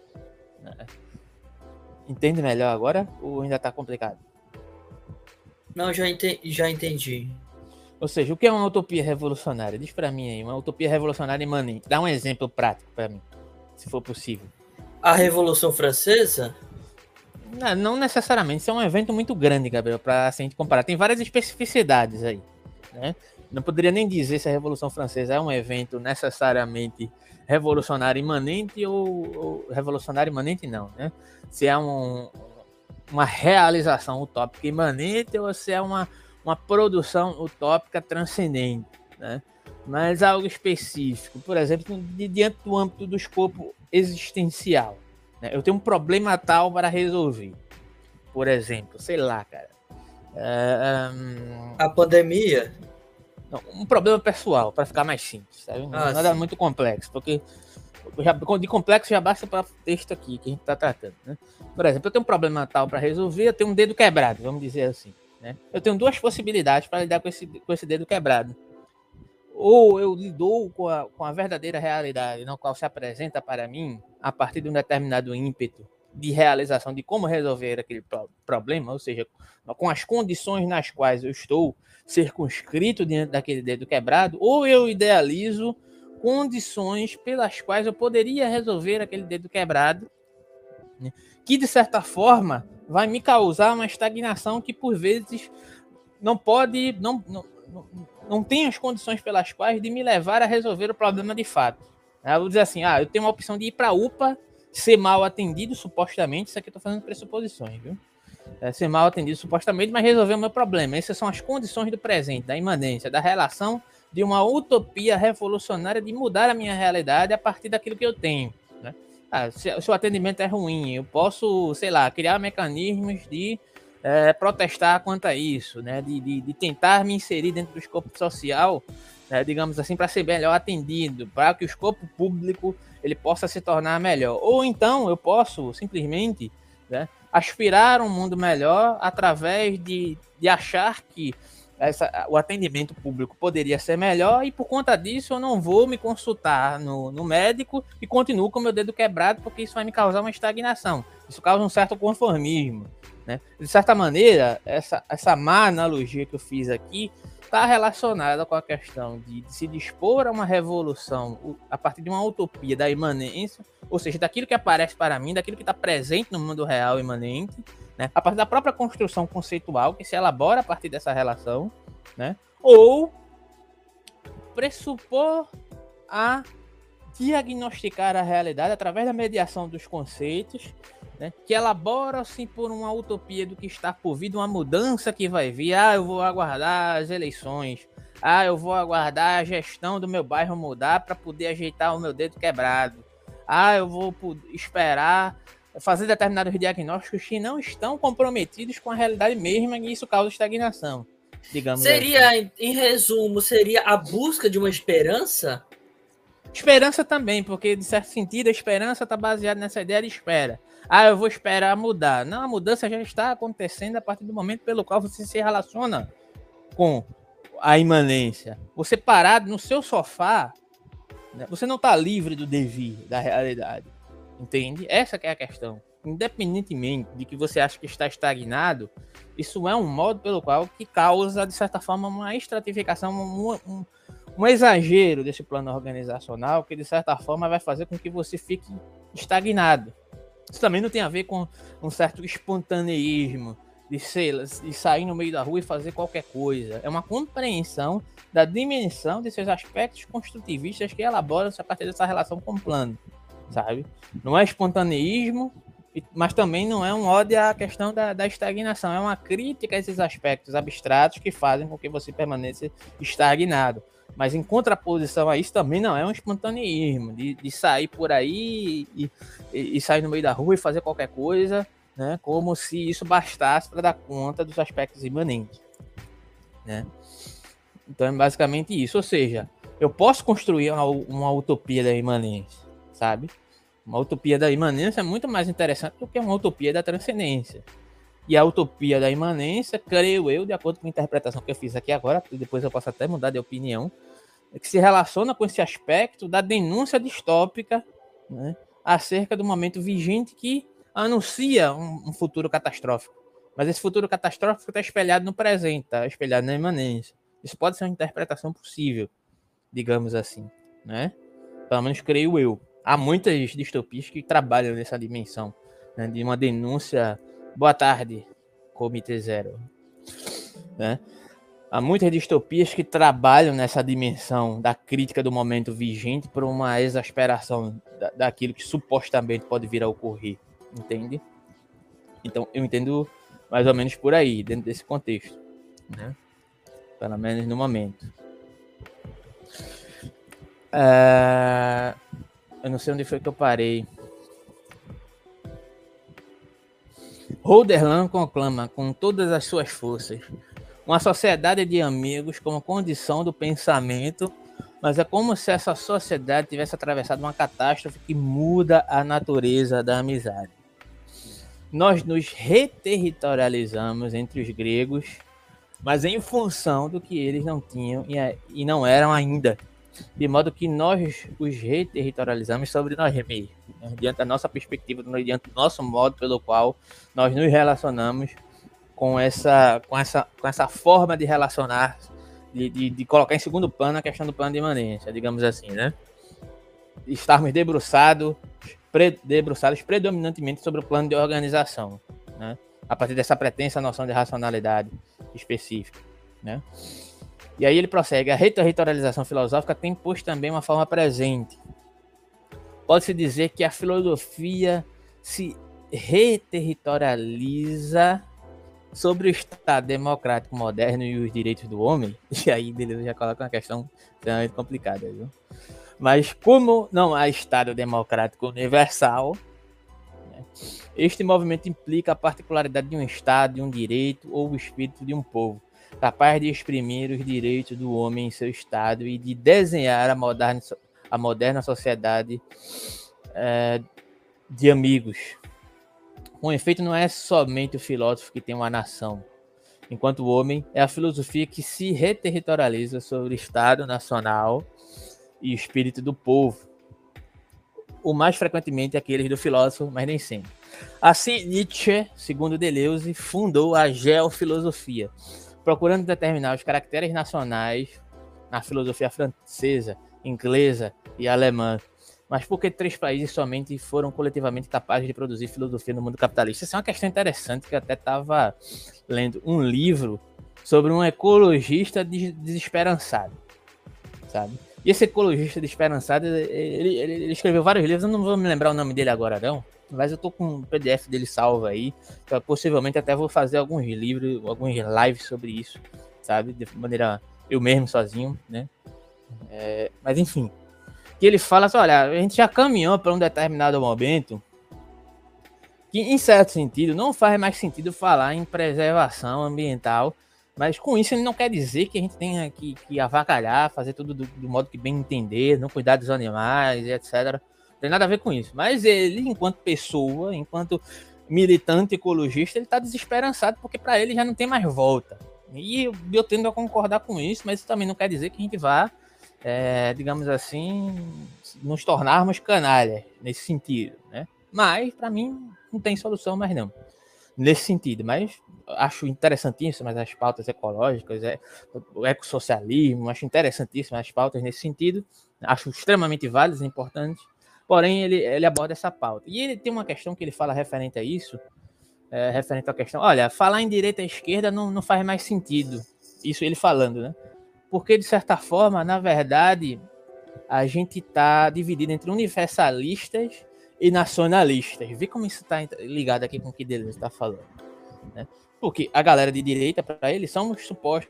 Entende melhor agora ou ainda está complicado? Não, já entendi. Ou seja, o que é uma utopia revolucionária? Diz para mim aí, uma utopia revolucionária imanente. Dá um exemplo prático para mim, se for possível. A Revolução Francesa? Não necessariamente. Isso é um evento muito grande, Gabriel, para a gente comparar. Tem várias especificidades aí, né? Não poderia nem dizer se a Revolução Francesa é um evento necessariamente revolucionário imanente ou revolucionário imanente não, né? Se é uma realização utópica imanente ou se é uma produção utópica transcendente, né? Mas algo específico, por exemplo, diante do âmbito do escopo existencial, né? Eu tenho um problema tal para resolver. por exemplo, sei lá, cara. A pandemia? Não, um problema pessoal, para ficar mais simples, sabe? Nada Sim. muito complexo, porque de complexo já basta para o texto aqui que a gente está tratando, né? Por exemplo, eu tenho um problema tal para resolver, eu tenho um dedo quebrado, vamos dizer assim, né? Eu tenho duas possibilidades para lidar com esse dedo quebrado. Ou eu lido com a verdadeira realidade na qual se apresenta para mim a partir de um determinado ímpeto de realização de como resolver aquele problema, ou seja, com as condições nas quais eu estou circunscrito diante daquele dedo quebrado, ou eu idealizo condições pelas quais eu poderia resolver aquele dedo quebrado, né, que de certa forma vai me causar uma estagnação que por vezes não pode, não tem as condições pelas quais de me levar a resolver o problema de fato. Eu vou dizer assim, eu tenho uma opção de ir para a UPA, ser mal atendido, supostamente, isso aqui eu estou fazendo pressuposições, viu? Ser mal atendido, supostamente, mas resolver o meu problema. Essas são as condições do presente, da imanência, da relação de uma utopia revolucionária de mudar a minha realidade a partir daquilo que eu tenho, né? Se o atendimento é ruim, eu posso, sei lá, criar mecanismos de protestar quanto a isso, né? De tentar me inserir dentro do escopo social, né? Digamos assim, para ser melhor atendido, para que o escopo público ele possa se tornar melhor. Ou então eu posso simplesmente, né, aspirar a um mundo melhor através de achar que o atendimento público poderia ser melhor e por conta disso eu não vou me consultar no médico e continuo com o meu dedo quebrado porque isso vai me causar uma estagnação. Isso causa um certo conformismo, né? De certa maneira, essa má analogia que eu fiz aqui está relacionada com a questão de se dispor a uma revolução a partir de uma utopia da imanência, ou seja, daquilo que aparece para mim, daquilo que está presente no mundo real imanente, né? A partir da própria construção conceitual que se elabora a partir dessa relação, né? Ou pressupor a diagnosticar a realidade através da mediação dos conceitos, né, que elaboram-se por uma utopia do que está por vir, uma mudança que vai vir. Eu vou aguardar as eleições. Eu vou aguardar a gestão do meu bairro mudar para poder ajeitar o meu dedo quebrado. Eu vou esperar fazer determinados diagnósticos que não estão comprometidos com a realidade mesma e isso causa estagnação, digamos seria, assim. em resumo, seria a busca de uma esperança? Esperança também, porque de certo sentido a esperança está baseada nessa ideia de espera. Eu vou esperar mudar. Não, a mudança já está acontecendo a partir do momento pelo qual você se relaciona com a imanência. Você parado no seu sofá, né, você não está livre do devir, da realidade. Entende? Essa que é a questão. Independentemente de que você acha que está estagnado, isso é um modo pelo qual que causa, de certa forma, uma estratificação, um exagero desse plano organizacional que, de certa forma, vai fazer com que você fique estagnado. Isso também não tem a ver com um certo espontaneísmo, de sair no meio da rua e fazer qualquer coisa. É uma compreensão da dimensão desses aspectos construtivistas que elaboram-se a partir dessa relação com o plano, sabe? Não é espontaneísmo, mas também não é um ódio à questão da estagnação. É uma crítica a esses aspectos abstratos que fazem com que você permaneça estagnado. Mas em contraposição a isso também não é um espontaneísmo de sair por aí e sair no meio da rua e fazer qualquer coisa, né, como se isso bastasse para dar conta dos aspectos imanentes, né? Então é basicamente isso. Ou seja, eu posso construir uma utopia da imanência, sabe? Uma utopia da imanência é muito mais interessante do que uma utopia da transcendência. E a utopia da imanência, creio eu, de acordo com a interpretação que eu fiz aqui agora, depois eu posso até mudar de opinião, é que se relaciona com esse aspecto da denúncia distópica, né, acerca do momento vigente que anuncia um futuro catastrófico. Mas esse futuro catastrófico está espelhado no presente, está espelhado na imanência. Isso pode ser uma interpretação possível, digamos assim, né? Pelo menos creio eu. Há muitas distopias que trabalham nessa dimensão, né, de uma denúncia. Boa tarde, Comitê Zero, né? Há muitas distopias que trabalham nessa dimensão da crítica do momento vigente por uma exasperação daquilo que supostamente pode vir a ocorrer, entende? Então, eu entendo mais ou menos por aí, dentro desse contexto, né? Pelo menos no momento. Eu não sei onde foi que eu parei. Hölderlin conclama com todas as suas forças uma sociedade de amigos como condição do pensamento, mas é como se essa sociedade tivesse atravessado uma catástrofe que muda a natureza da amizade. Nós nos reterritorializamos entre os gregos, mas em função do que eles não tinham e não eram ainda, de modo que nós os reterritorializamos sobre nós mesmos, né? Diante da nossa perspectiva, diante do nosso modo pelo qual nós nos relacionamos com essa forma de relacionar, de colocar em segundo plano a questão do plano de imanência, digamos assim, né? Estarmos debruçados predominantemente sobre o plano de organização, né? A partir dessa pretensa noção de racionalidade específica, né? E aí ele prossegue: a reterritorialização filosófica tem, pois, também uma forma presente. Pode-se dizer que a filosofia se reterritorializa sobre o Estado democrático moderno e os direitos do homem. E aí, beleza, já coloca uma questão extremamente complicada, viu? Mas como não há Estado democrático universal, né, este movimento implica a particularidade de um Estado, de um direito ou o espírito de um povo, capaz de exprimir os direitos do homem em seu Estado e de desenhar a moderna sociedade de amigos. Com efeito, não é somente o filósofo que tem uma nação, enquanto o homem é a filosofia que se reterritorializa sobre o Estado nacional e o espírito do povo. O mais frequentemente aqueles do filósofo, mas nem sempre. Assim, Nietzsche, segundo Deleuze, fundou a geofilosofia, procurando determinar os caracteres nacionais na filosofia francesa, inglesa e alemã. Mas por que 3 países somente foram coletivamente capazes de produzir filosofia no mundo capitalista? Essa é uma questão interessante, que eu até estava lendo um livro sobre um ecologista desesperançado, sabe? E esse ecologista desesperançado, ele escreveu vários livros, eu não vou me lembrar o nome dele agora não, mas eu tô com um PDF dele salvo aí, então, possivelmente até vou fazer alguns livros, alguns lives sobre isso, sabe? De maneira eu mesmo, sozinho, né? Mas enfim, que ele fala assim, olha, a gente já caminhou para um determinado momento que, em certo sentido, não faz mais sentido falar em preservação ambiental, mas com isso ele não quer dizer que a gente tenha que avacalhar, fazer tudo do modo que bem entender, não cuidar dos animais, etc. Não tem nada a ver com isso. Mas ele, enquanto pessoa, enquanto militante ecologista, ele está desesperançado, porque para ele já não tem mais volta. E eu tendo a concordar com isso, mas isso também não quer dizer que a gente vá, digamos assim, nos tornarmos canalhas nesse sentido, né? Mas, para mim, não tem solução mais não, nesse sentido. Mas acho interessantíssimas as pautas ecológicas, o ecossocialismo, acho interessantíssimas as pautas nesse sentido, acho extremamente válidas e importantes, porém ele aborda essa pauta. E ele tem uma questão que ele fala referente a isso, referente à questão, olha, falar em direita e esquerda não faz mais sentido, isso ele falando, né? Porque, de certa forma, na verdade, a gente está dividido entre universalistas e nacionalistas. Vê como isso está ligado aqui com o que Deleuze está falando, né? Porque a galera de direita, para eles, são os supostos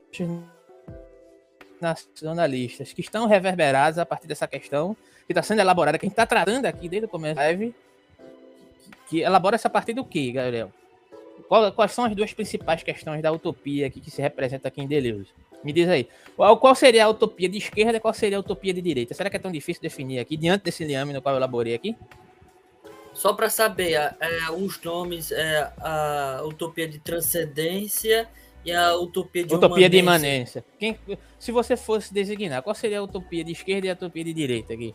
nacionalistas, que estão reverberados a partir dessa questão que está sendo elaborada, que a gente está tratando aqui desde o começo da live, que elabora essa partir do quê, Gabriel? Quais são as 2 principais questões da utopia aqui que se representa aqui em Deleuze? Me diz aí, qual seria a utopia de esquerda e qual seria a utopia de direita? Será que é tão difícil definir aqui, diante desse liame no qual eu elaborei aqui? Só para saber, os nomes a utopia de transcendência e a utopia de utopia de imanência. Se você fosse designar, qual seria a utopia de esquerda e a utopia de direita aqui?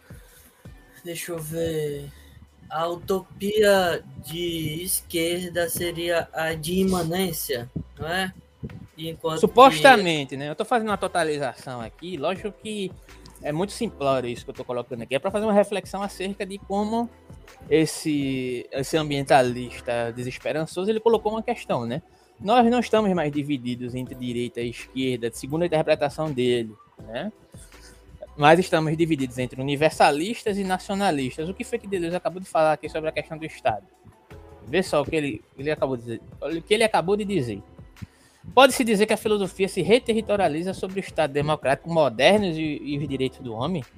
Deixa eu ver. A utopia de esquerda seria a de imanência, não é? Enquanto supostamente, né? Eu tô fazendo uma totalização aqui, lógico que é muito simplório isso que eu tô colocando aqui, é para fazer uma reflexão acerca de como esse ambientalista desesperançoso, ele colocou uma questão, né? Nós não estamos mais divididos entre direita e esquerda, segundo a interpretação dele, né? Mas estamos divididos entre universalistas e nacionalistas. O que foi que Deleuze acabou de falar aqui sobre a questão do Estado? Vê só o que ele acabou de dizer. O que ele acabou de dizer. Pode-se dizer que a filosofia se reterritorializa sobre o Estado democrático moderno e os direitos do homem?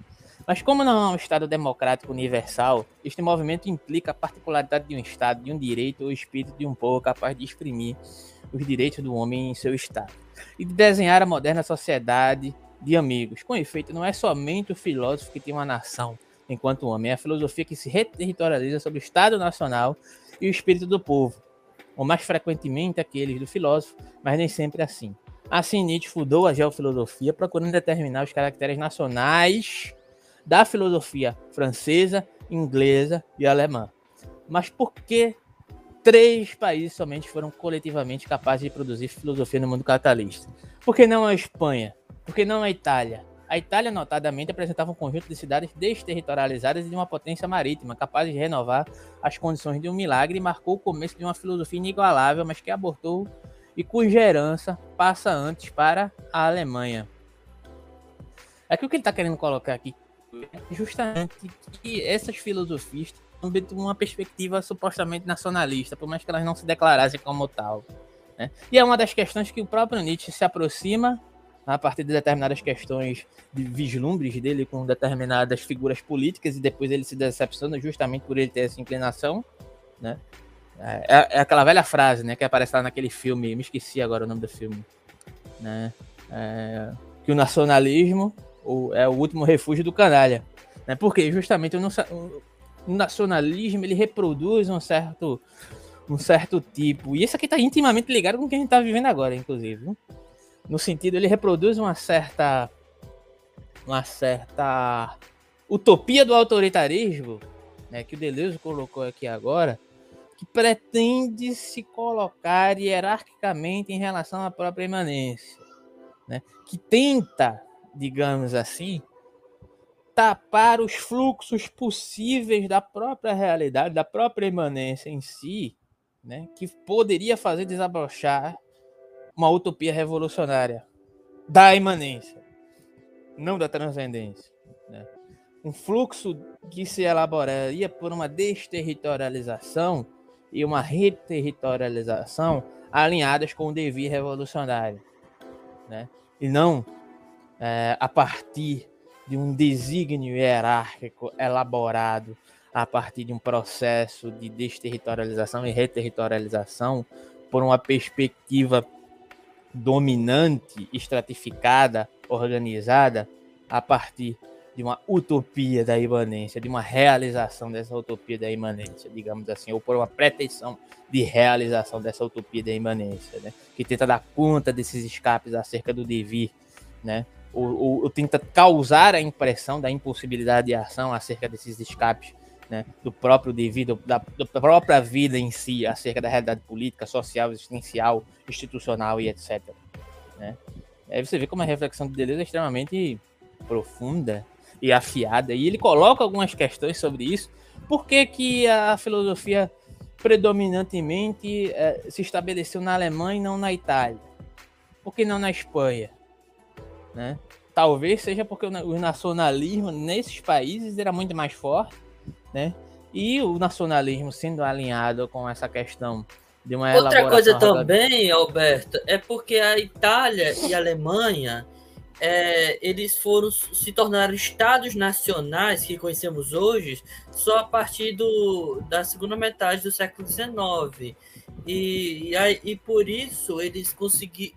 Mas como não é um Estado democrático universal, este movimento implica a particularidade de um Estado, de um direito ou espírito de um povo capaz de exprimir os direitos do homem em seu Estado e de desenhar a moderna sociedade de amigos. Com efeito, não é somente o filósofo que tem uma nação enquanto homem, é a filosofia que se reterritorializa sobre o Estado nacional e o espírito do povo, ou mais frequentemente aqueles do filósofo, mas nem sempre assim. Assim, Nietzsche fundou a geofilosofia procurando determinar os caracteres nacionais da filosofia francesa, inglesa e alemã. Mas por que 3 países somente foram coletivamente capazes de produzir filosofia no mundo capitalista? Por que não a Espanha? Por que não a Itália? A Itália, notadamente, apresentava um conjunto de cidades desterritorializadas e de uma potência marítima, capaz de renovar as condições de um milagre, e marcou o começo de uma filosofia inigualável, mas que abortou e cuja herança passa antes para a Alemanha. É que o que ele está querendo colocar aqui é justamente que essas filosofias têm uma perspectiva supostamente nacionalista, por mais que elas não se declarassem como tal, né? E é uma das questões que o próprio Nietzsche se aproxima a partir de determinadas questões de vislumbres dele com determinadas figuras políticas, e depois ele se decepciona justamente por ele ter essa inclinação, né? É aquela velha frase, né, que aparece lá naquele filme, me esqueci agora o nome do filme, né? Que o nacionalismo é o último refúgio do canalha, né? Porque justamente o nacionalismo ele reproduz um certo tipo, e isso aqui está intimamente ligado com o que a gente está vivendo agora, inclusive, viu? No sentido, ele reproduz uma certa utopia do autoritarismo, né, que o Deleuze colocou aqui agora, que pretende se colocar hierarquicamente em relação à própria imanência, né, que tenta, digamos assim, tapar os fluxos possíveis da própria realidade, da própria imanência em si, né, que poderia fazer desabrochar uma utopia revolucionária da imanência, não da transcendência, né? Um fluxo que se elaboraria por uma desterritorialização e uma reterritorialização alinhadas com o devir revolucionário, né? E não a partir de um desígnio hierárquico elaborado a partir de um processo de desterritorialização e reterritorialização por uma perspectiva dominante, estratificada, organizada, a partir de uma utopia da imanência, de uma realização dessa utopia da imanência, digamos assim, ou por uma pretensão de realização dessa utopia da imanência, né? Que tenta dar conta desses escapes acerca do devir, né? Ou tenta causar a impressão da impossibilidade de ação acerca desses escapes, né, do próprio devir, da própria vida em si, acerca da realidade política, social, existencial, institucional e etc. Né? Aí você vê como a reflexão de Deleuze é extremamente profunda e afiada, e ele coloca algumas questões sobre isso. Por que a filosofia predominantemente se estabeleceu na Alemanha e não na Itália? Por que não na Espanha? Né? Talvez seja porque o nacionalismo nesses países era muito mais forte, né? E o nacionalismo sendo alinhado com essa questão de uma outra coisa também, Alberto, é porque a Itália e a Alemanha eles se tornaram estados nacionais que conhecemos hoje só a partir da segunda metade do século XIX. E por isso eles conseguiram.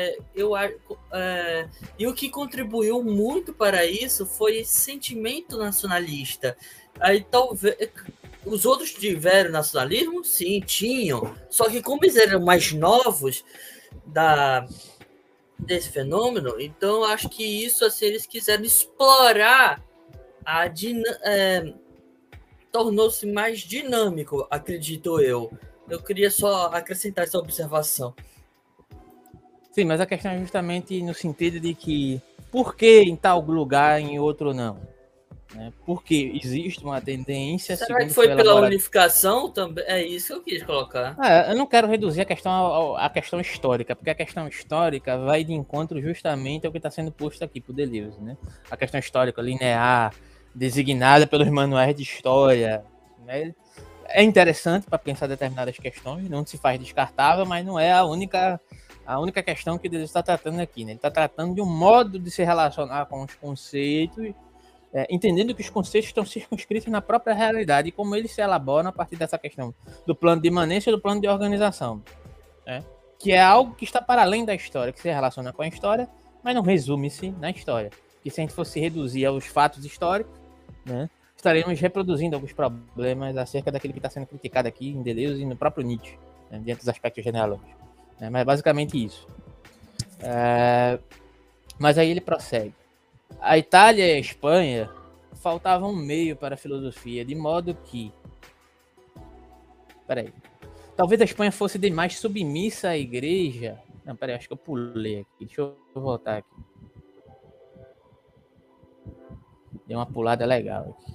E o que contribuiu muito para isso foi esse sentimento nacionalista. Aí talvez os outros tiveram nacionalismo, sim, tinham. Só que como eles eram mais novos desse fenômeno, então acho que isso, assim, eles quiseram explorar tornou-se mais dinâmico, acredito eu. Eu queria só acrescentar essa observação. Sim, mas a questão é justamente no sentido de que por que em tal lugar em outro não? Né? Porque existe uma tendência... Será que foi pela unificação também? É isso que eu quis colocar. Eu não quero reduzir a questão histórica, porque a questão histórica vai de encontro justamente ao que está sendo posto aqui por Deleuze, né? A questão histórica linear, designada pelos manuais de história, né? É interessante para pensar determinadas questões, não se faz descartável, mas não é a única questão que Deleuze está tratando aqui, né? Ele está tratando de um modo de se relacionar com os conceitos entendendo que os conceitos estão circunscritos na própria realidade e como eles se elaboram a partir dessa questão do plano de imanência e do plano de organização, né? Que é algo que está para além da história, que se relaciona com a história, mas não resume-se na história. Que se a gente fosse reduzir aos fatos históricos, né, estaremos reproduzindo alguns problemas acerca daquilo que está sendo criticado aqui em Deleuze e no próprio Nietzsche, né, dentro dos aspectos genealógicos. Né, mas basicamente isso. Mas aí ele prossegue. A Itália e a Espanha faltavam um meio para a filosofia, de modo que... Peraí. Talvez a Espanha fosse demais submissa à igreja. Não, peraí, acho que eu pulei aqui. Deixa eu voltar aqui. Deu uma pulada legal aqui.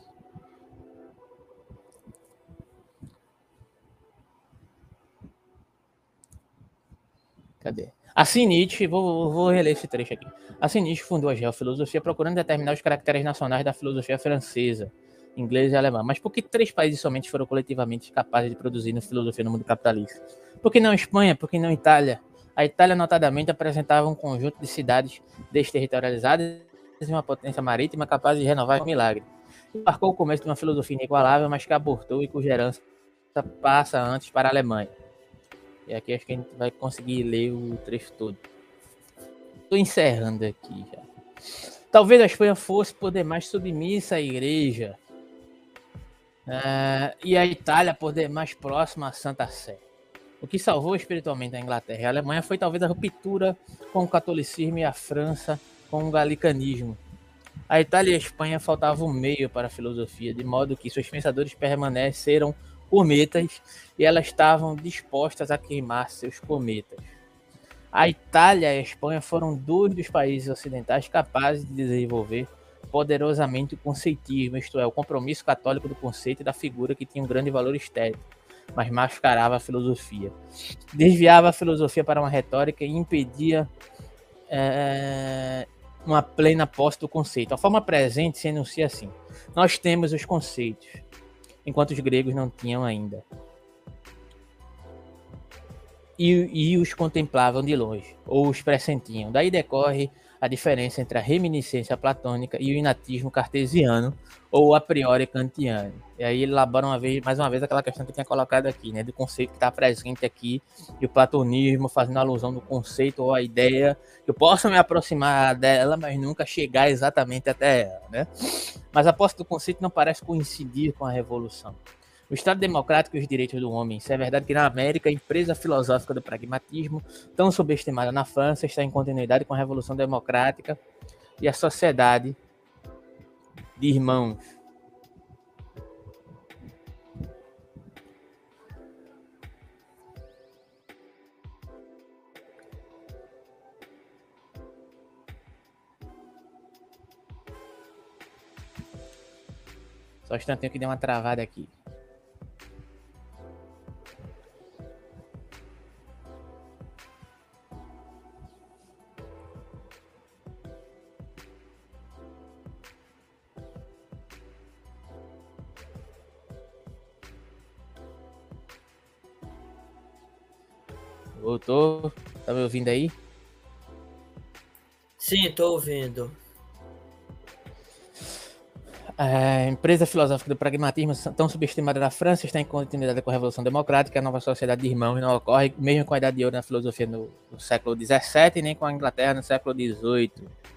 Cadê? Assim Nietzsche, vou reler esse trecho aqui. Assim Nietzsche fundou a geofilosofia procurando determinar os caracteres nacionais da filosofia francesa, inglesa e alemã. Mas por que 3 países somente foram coletivamente capazes de produzir filosofia no mundo capitalista? Por que não Espanha? Por que não Itália? A Itália, notadamente, apresentava um conjunto de cidades desterritorializadas e uma potência marítima capaz de renovar o milagre. Marcou o começo de uma filosofia inigualável, mas que abortou e cuja herança passa antes para a Alemanha. E aqui acho que a gente vai conseguir ler o trecho todo. Estou encerrando aqui já. Talvez a Espanha fosse por demais submissa à igreja, e a Itália por demais próxima à Santa Sé. O que salvou espiritualmente a Inglaterra e a Alemanha foi talvez a ruptura com o catolicismo e a França com o galicanismo. A Itália e a Espanha faltavam um meio para a filosofia, de modo que seus pensadores permaneceram cometas e elas estavam dispostas a queimar seus cometas. A Itália e a Espanha foram 2 dos países ocidentais capazes de desenvolver poderosamente o conceitismo, isto é, o compromisso católico do conceito e da figura que tinha um grande valor estético, mas mascarava a filosofia. Desviava a filosofia para uma retórica e impedia uma plena posse do conceito. A forma presente se enuncia assim: nós temos os conceitos, enquanto os gregos não tinham ainda. E os contemplavam de longe, ou os pressentiam. Daí decorre a diferença entre a reminiscência platônica e o inatismo cartesiano, ou a priori kantiano. E aí ele elabora mais uma vez aquela questão que eu tinha colocado aqui, né, do conceito que está presente aqui, e o platonismo fazendo alusão do conceito ou a ideia, que eu posso me aproximar dela, mas nunca chegar exatamente até ela, né? Mas a posse do conceito não parece coincidir com a revolução. O Estado Democrático e os direitos do homem. Isso é verdade que na América, a empresa filosófica do pragmatismo, tão subestimada na França, está em continuidade com a Revolução Democrática e a sociedade de irmãos. Só um instantinho que deu uma travada aqui. Voltou? Tá me ouvindo aí? Sim, tô ouvindo. A empresa filosófica do pragmatismo, tão subestimada na França, está em continuidade com a Revolução Democrática. A nova sociedade de irmãos não ocorre mesmo com a Idade de Ouro na filosofia no século XVII, nem com a Inglaterra no século XVIII.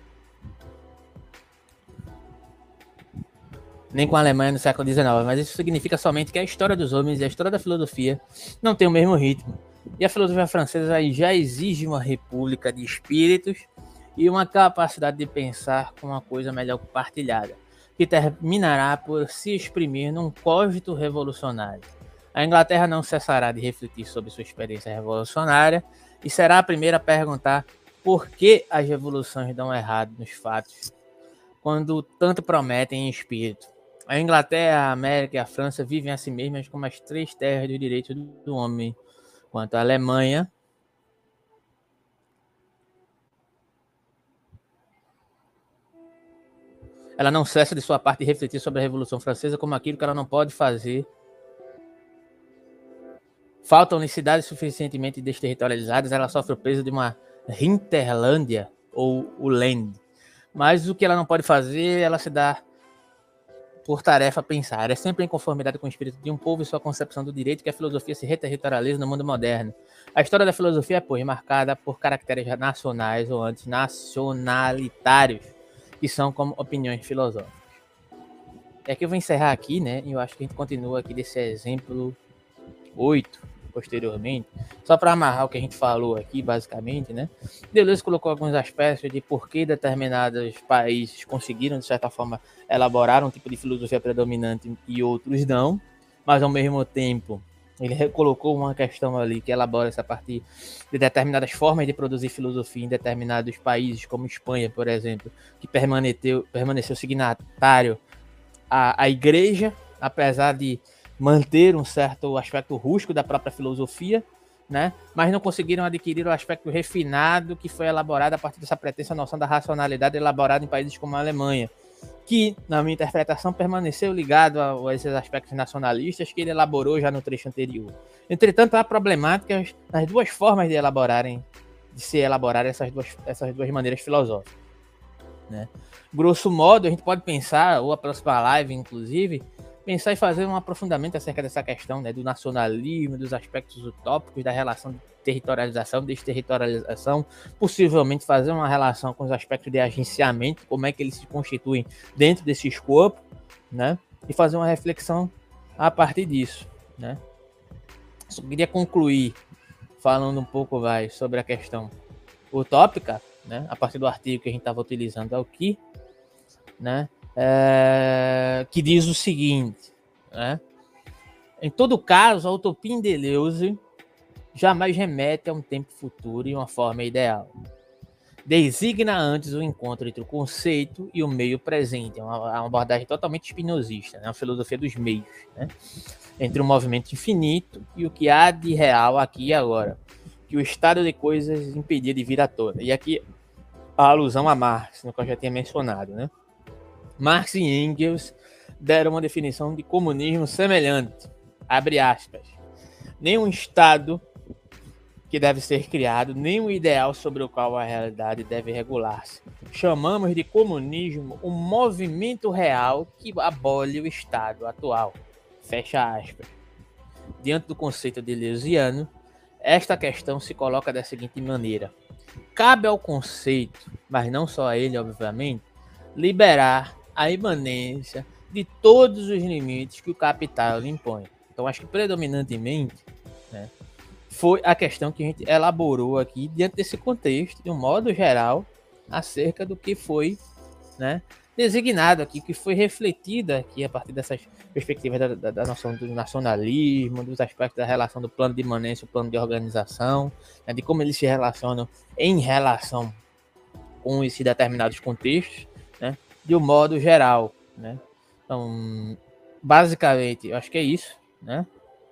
Nem com a Alemanha no século XIX. Mas isso significa somente que a história dos homens e a história da filosofia não tem o mesmo ritmo. E a filosofia francesa já exige uma república de espíritos e uma capacidade de pensar com uma coisa melhor compartilhada, que terminará por se exprimir num cogito revolucionário. A Inglaterra não cessará de refletir sobre sua experiência revolucionária e será a primeira a perguntar por que as revoluções dão errado nos fatos, quando tanto prometem em espírito. A Inglaterra, a América e a França vivem a si mesmas como as 3 terras dos direitos do homem, enquanto a Alemanha ela não cessa de sua parte de refletir sobre a Revolução Francesa como aquilo que ela não pode fazer. Faltam unicidades suficientemente desterritorializadas, ela sofre o peso de uma Hinterlândia ou o Land. Mas o que ela não pode fazer, ela se dá por tarefa pensar. É sempre em conformidade com o espírito de um povo e sua concepção do direito que a filosofia se reterritorializa no mundo moderno. A história da filosofia é, pois, marcada por caracteres nacionais ou antinacionalitários, que são como opiniões filosóficas. É que eu vou encerrar aqui, né? E eu acho que a gente continua aqui desse exemplo 8, posteriormente, só para amarrar o que a gente falou aqui, basicamente, né? Deleuze colocou alguns aspectos de por que determinados países conseguiram, de certa forma, elaborar um tipo de filosofia predominante e outros não, mas, ao mesmo tempo, ele recolocou uma questão ali que elabora-se a partir de determinadas formas de produzir filosofia em determinados países, como Espanha, por exemplo, que permaneceu signatário à igreja, apesar de manter um certo aspecto rústico da própria filosofia, né? Mas não conseguiram adquirir o aspecto refinado que foi elaborado a partir dessa pretensa noção da racionalidade elaborada em países como a Alemanha, que, na minha interpretação, permaneceu ligado a esses aspectos nacionalistas que ele elaborou já no trecho anterior. Entretanto, há problemáticas nas duas formas de se elaborar essas duas maneiras filosóficas, né? Grosso modo, a gente pode pensar, ou a próxima live, inclusive, pensar e fazer um aprofundamento acerca dessa questão, né, do nacionalismo, dos aspectos utópicos, da relação de territorialização, desterritorialização, possivelmente fazer uma relação com os aspectos de agenciamento, como é que eles se constituem dentro desse escopo, né, e fazer uma reflexão a partir disso, né. Só queria concluir falando um pouco sobre a questão utópica, né, a partir do artigo que a gente estava utilizando aqui, né, que diz o seguinte, né? Em todo caso, a utopia em Deleuze jamais remete a um tempo futuro e uma forma ideal. Designa antes o encontro entre o conceito e o meio presente. É uma abordagem totalmente espinosista, né? Uma filosofia dos meios, né? Entre o movimento infinito e o que há de real aqui e agora, que o estado de coisas impedia de vir à tona. E aqui a alusão a Marx, no que eu já tinha mencionado, né? Marx e Engels deram uma definição de comunismo semelhante, abre aspas, nem um Estado que deve ser criado, nem um ideal sobre o qual a realidade deve regular-se. Chamamos de comunismo um movimento real que abole o Estado atual, fecha aspas. Diante do conceito deleuziano, esta questão se coloca da seguinte maneira: cabe ao conceito, mas não só a ele, obviamente, liberar a imanência de todos os limites que o capital lhe impõe. Então, acho que predominantemente, né, foi a questão que a gente elaborou aqui diante desse contexto, de um modo geral, acerca do que foi, né, designado aqui, que foi refletido aqui a partir dessas perspectivas da noção do nacionalismo, dos aspectos da relação do plano de imanência, o plano de organização, né, de como eles se relacionam em relação com esses determinados contextos, né, de um modo geral, né? Então, basicamente, eu acho que é isso, né?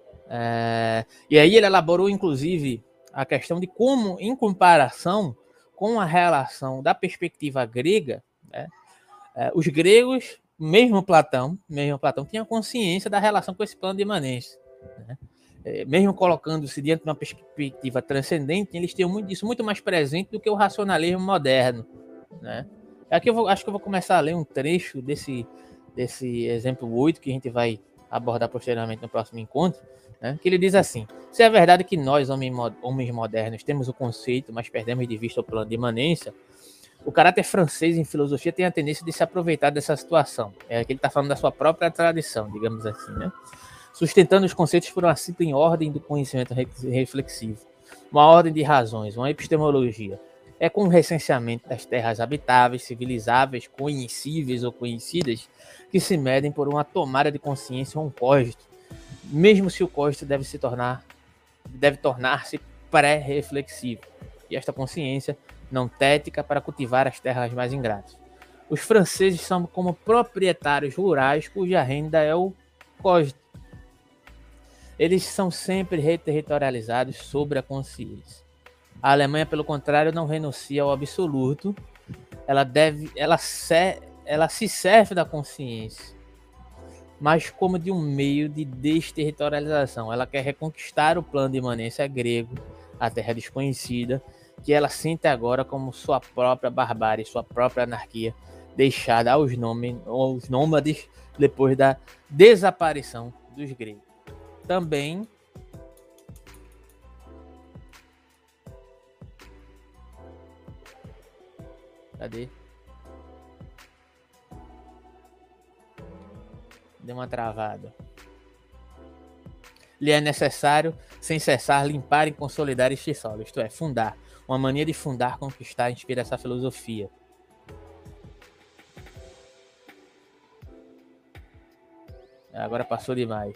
E aí ele elaborou, inclusive, a questão de como, em comparação com a relação da perspectiva grega, né, os gregos, mesmo Platão tinha consciência da relação com esse plano de imanência, né? Mesmo colocando-se diante de uma perspectiva transcendente, eles tinham isso muito mais presente do que o racionalismo moderno, né? Aqui acho que eu vou começar a ler um trecho desse exemplo 8 que a gente vai abordar posteriormente no próximo encontro, né? Que ele diz assim: se é verdade que nós, homens modernos, temos o conceito, mas perdemos de vista o plano de imanência, o caráter francês em filosofia tem a tendência de se aproveitar dessa situação. É que ele está falando da sua própria tradição, digamos assim, né? Sustentando os conceitos por uma simples ordem do conhecimento reflexivo, uma ordem de razões, uma epistemologia. É com o recenseamento das terras habitáveis, civilizáveis, conhecíveis ou conhecidas, que se medem por uma tomada de consciência ou um cogito, mesmo se o cogito deve tornar-se pré-reflexivo, e esta consciência não tética para cultivar as terras mais ingratas. Os franceses são como proprietários rurais cuja renda é o cogito. Eles são sempre reterritorializados sobre a consciência. A Alemanha, pelo contrário, não renuncia ao absoluto. Ela se serve da consciência, mas como de um meio de desterritorialização. Ela quer reconquistar o plano de imanência grego, a terra desconhecida, que ela sente agora como sua própria barbárie, sua própria anarquia, deixada aos nômades depois da desaparição dos gregos. Também cadê? Deu uma travada. Lhe é necessário, sem cessar, limpar e consolidar este solo, isto é, fundar. Uma mania de fundar, conquistar, inspira essa filosofia. Agora passou demais.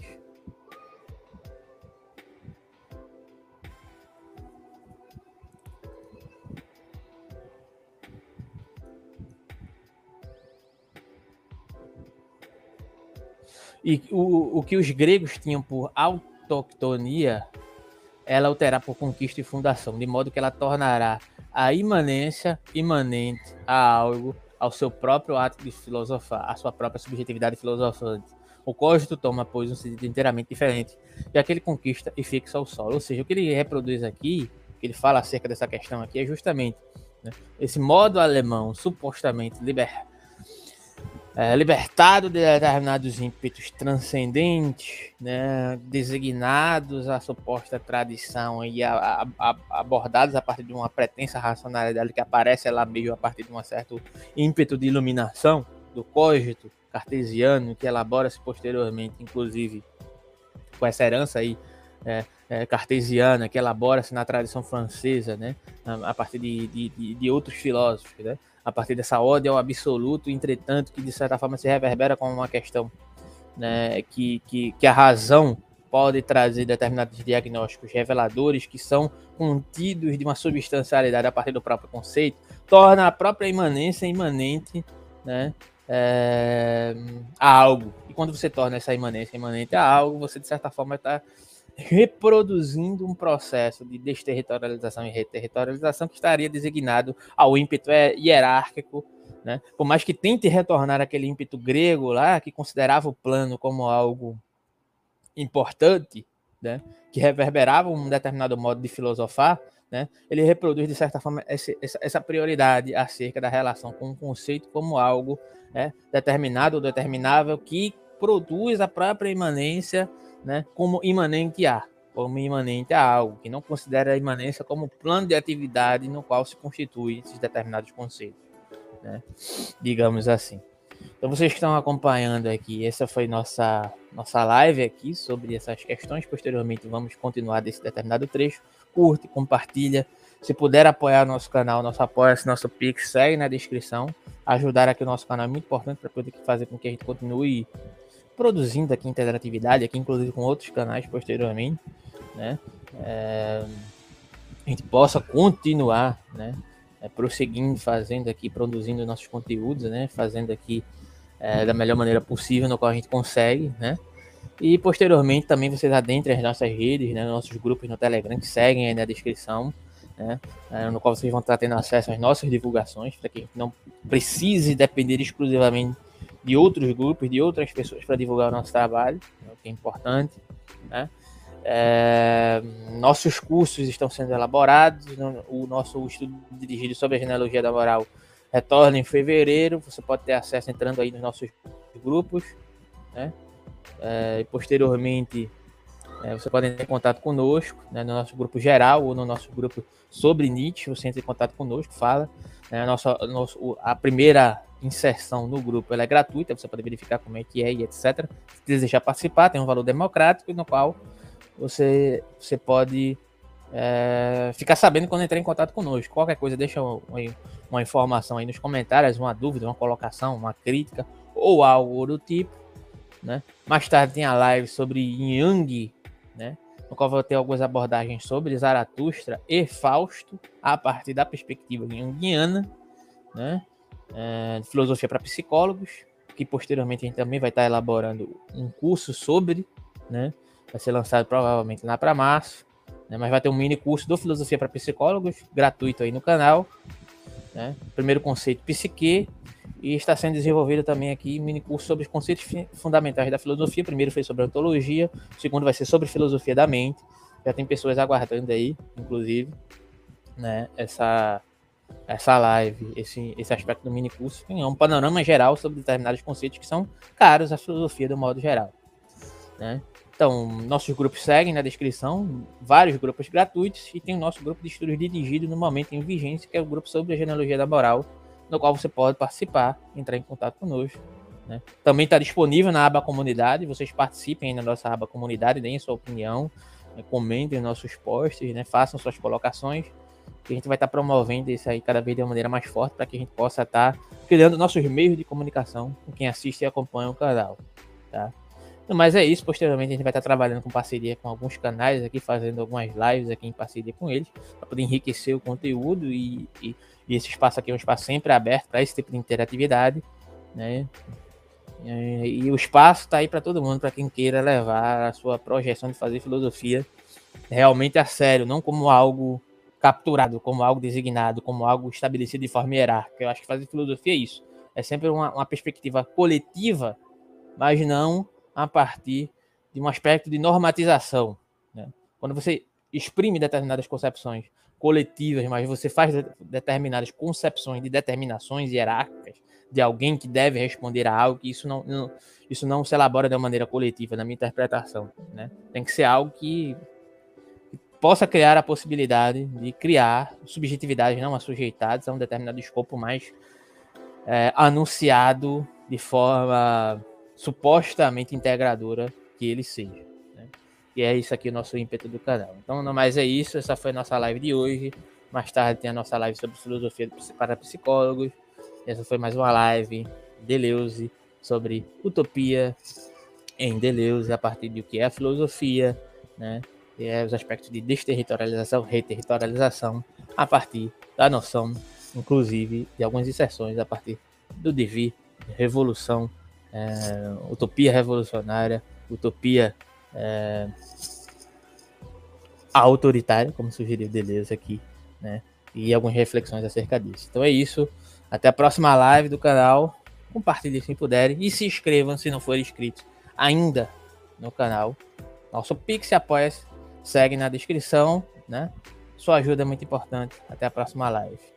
E o que os gregos tinham por autoctonia, ela alterará por conquista e fundação, de modo que ela tornará a imanência imanente a algo, ao seu próprio ato de filosofar, a sua própria subjetividade filosofante. O cogito toma, pois, um sentido inteiramente diferente, já que ele conquista e fixa o solo. Ou seja, o que ele reproduz aqui, o que ele fala acerca dessa questão aqui, é justamente, né, esse modo alemão supostamente libertado de determinados ímpetos transcendentes, né, designados à suposta tradição e abordados a partir de uma pretensa racionalidade que aparece lá mesmo a partir de um certo ímpeto de iluminação do cogito cartesiano, que elabora-se posteriormente, inclusive, com essa herança aí cartesiana, que elabora-se na tradição francesa, né, a partir de outros filósofos, né, a partir dessa ode ao absoluto, entretanto, que de certa forma se reverbera como uma questão, né, que a razão pode trazer determinados diagnósticos reveladores que são contidos de uma substancialidade a partir do próprio conceito, torna a própria imanência imanente, né, a algo. E quando você torna essa imanência imanente a algo, você de certa forma está reproduzindo um processo de desterritorialização e reterritorialização que estaria designado ao ímpeto hierárquico, né? Por mais que tente retornar aquele ímpeto grego lá, que considerava o plano como algo importante, né? Que reverberava um determinado modo de filosofar, né? Ele reproduz, de certa forma, essa prioridade acerca da relação com o conceito como algo, né, determinado ou determinável, que produz a própria imanência, né, como imanente a algo, que não considera a imanência como plano de atividade no qual se constituem esses determinados conceitos, né, digamos assim. Então vocês que estão acompanhando aqui, essa foi nossa live aqui sobre essas questões. Posteriormente vamos continuar desse determinado trecho. Curte, compartilha. Se puder apoiar nosso canal, nosso apoia-se, nosso Pix, segue na descrição. Ajudar aqui o nosso canal é muito importante para poder fazer com que a gente continue produzindo aqui interatividade, aqui inclusive com outros canais posteriormente, né? A gente possa continuar, né, prosseguindo, fazendo aqui, produzindo nossos conteúdos, né, fazendo aqui da melhor maneira possível, no qual a gente consegue, né? E posteriormente também vocês adentrem as nossas redes, né, nossos grupos no Telegram, que seguem aí na descrição, né, no qual vocês vão estar tendo acesso às nossas divulgações, para que a gente não precise depender exclusivamente de outros grupos, de outras pessoas para divulgar o nosso trabalho, o que é importante, né? Nossos cursos estão sendo elaborados, o nosso estudo dirigido sobre a genealogia da moral retorna em fevereiro. Você pode ter acesso entrando aí nos nossos grupos, né? E posteriormente você pode entrar em contato conosco, né, no nosso grupo geral ou no nosso grupo sobre Nietzsche. Você entra em contato conosco, fala, né, a primeira inserção no grupo ela é gratuita, você pode verificar como é que é e etc. Se desejar participar, tem um valor democrático no qual você pode ficar sabendo quando entrar em contato conosco. Qualquer coisa, deixa uma informação aí nos comentários, uma dúvida, uma colocação, uma crítica ou algo do tipo, né? Mais tarde tem a live sobre Jung, né, no qual vou ter algumas abordagens sobre Zaratustra e Fausto a partir da perspectiva junguiana, né, filosofia para psicólogos, que posteriormente a gente também vai estar elaborando um curso sobre, né, vai ser lançado provavelmente lá para março, né, mas vai ter um mini curso do filosofia para psicólogos gratuito aí no canal, né, primeiro conceito psique, e está sendo desenvolvido também aqui um mini curso sobre os conceitos fundamentais da filosofia. O primeiro foi sobre ontologia, o segundo vai ser sobre filosofia da mente. Já tem pessoas aguardando aí, inclusive, né, essa live, esse aspecto do mini curso, é um panorama geral sobre determinados conceitos que são caros à filosofia do modo geral, né? Então, nossos grupos seguem na descrição, vários grupos gratuitos, e tem o nosso grupo de estudos dirigido no momento em vigência, que é o grupo sobre a genealogia da moral, no qual você pode participar, entrar em contato conosco, né? Também está disponível na aba comunidade, vocês participem aí na nossa aba comunidade, deem sua opinião, né? Comentem nossos posts, né? Façam suas colocações, que a gente vai estar promovendo isso aí cada vez de uma maneira mais forte, para que a gente possa estar criando nossos meios de comunicação com quem assiste e acompanha o canal, tá? Mas é isso, posteriormente a gente vai estar trabalhando com parceria com alguns canais aqui, fazendo algumas lives aqui em parceria com eles, para poder enriquecer o conteúdo, e esse espaço aqui é um espaço sempre aberto para esse tipo de interatividade, né? E o espaço está aí para todo mundo, para quem queira levar a sua projeção de fazer filosofia realmente a sério, não como algo capturado, como algo designado, como algo estabelecido de forma hierárquica. Eu acho que fazer filosofia é isso, é sempre uma perspectiva coletiva, mas não a partir de um aspecto de normatização, né? Quando você exprime determinadas concepções coletivas, mas você faz determinadas concepções de determinações hierárquicas, de alguém que deve responder a algo, que isso não se elabora de uma maneira coletiva, na minha interpretação, né? Tem que ser algo que possa criar a possibilidade de criar subjetividades não assujeitadas a um determinado escopo mais anunciado de forma supostamente integradora que ele seja, né? E é isso aqui o nosso ímpeto do canal. Então, não mais é isso, essa foi a nossa live de hoje. Mais tarde tem a nossa live sobre filosofia para psicólogos. Essa foi mais uma live Deleuze sobre utopia em Deleuze, a partir do que é a filosofia, né? E os aspectos de desterritorialização, reterritorialização, a partir da noção, inclusive, de algumas inserções a partir do devir, revolução, utopia revolucionária, utopia autoritária, como sugeriu Deleuze aqui, né? E algumas reflexões acerca disso. Então é isso. Até a próxima live do canal. Compartilhem se puderem e se inscrevam se não forem inscritos ainda no canal. Nosso Pix e Apoia-se segue na descrição, né? Sua ajuda é muito importante. Até a próxima live.